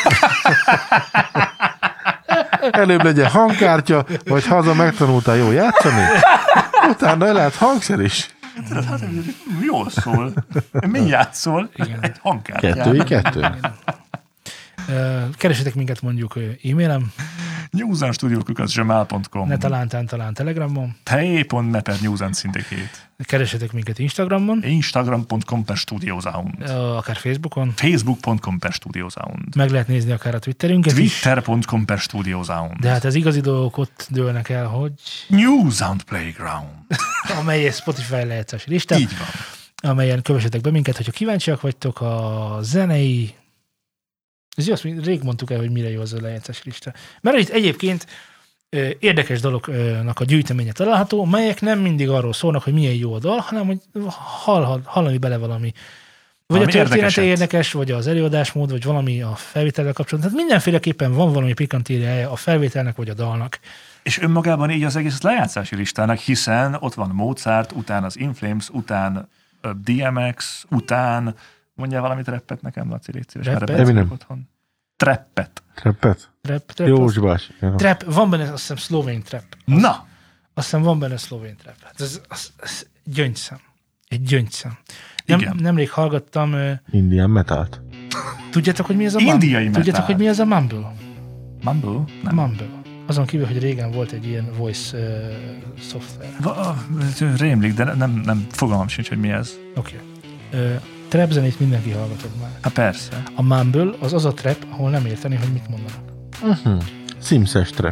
Előbb legyen hangkártya, vagy haza megtanultál jól játszani, utána lehet hangszer is. Hát, jól szól. Mi játszol? Igen. Egy hangkártyán. Kettői kettő. Keresetek minket mondjuk e-mailem. newsandstudio-kukat gmail pont com Ne talántán talán Telegramon. te pont ne per newsand szindikét. Keresetek minket Instagramon. instagram pont com per studiosound. Akár Facebookon. facebook pont com per studiosound. Meg lehet nézni akár a Twitterünket twitter pont com per studiosound. De hát az igazi dolgok ott dőlnek el, hogy... New Sound Playground. amely egy Spotify lejátszási lista. Így van. Amelyen kövessetek be minket, hogyha kíváncsiak vagytok a zenei... Ez jó, azt rég mondtuk el, hogy mire jó az a lejátszási lista. Mert itt egyébként ö, érdekes dolognak a gyűjteménye található, melyek nem mindig arról szólnak, hogy milyen jó a dal, hanem hogy hall, hallani bele valami. Vagy valami a története érdekeset. Érdekes, vagy az előadásmód, vagy valami a felvétellel kapcsolatban. Tehát mindenféleképpen van valami pikantériája a felvételnek, vagy a dalnak. És önmagában így az egész lejátszási listának, hiszen ott van Mozart, után az In Flames, után dé em iksz, után... Mondjál valamit reppet nekem, Laci, légy szíves. Eminem. Treppet. Treppet? Trap, trap. Józsbás. Trap, van benne, azt hiszem, szlovén trap. Az, Na! Azt hiszem, van benne szlovén trap. Hát ez, az, az gyöngyszem. Egy gyöngyszem. Nem, Igen. Nemrég hallgattam... Indian metalt. Tudjátok, hogy mi ez a Indiai mumble? Tudjátok, hogy mi ez a mumble? Mumble? Nem. Mumble. Azon kívül, hogy régen volt egy ilyen voice uh, szoftver. Va- rémlik, de nem, nem fogalmam sincs, hogy mi ez. Oké. Okay. Uh, trap zenét mindenki hallgatott már. Hát persze. A Mumble az az a trap, ahol nem érteni, hogy mit mondanak. Uh-huh. Simses trap.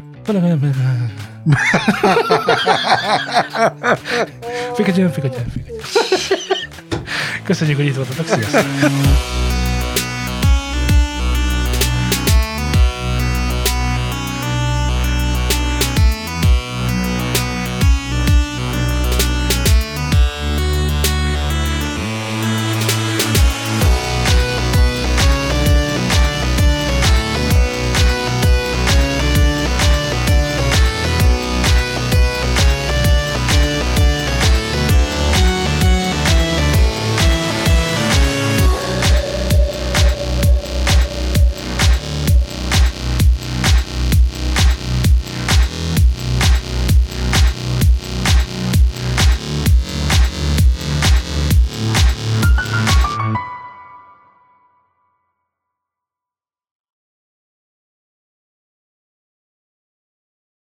Fikagyön, fikagyön, fikagyön. Köszönjük, hogy itt voltatok. Sziasztok!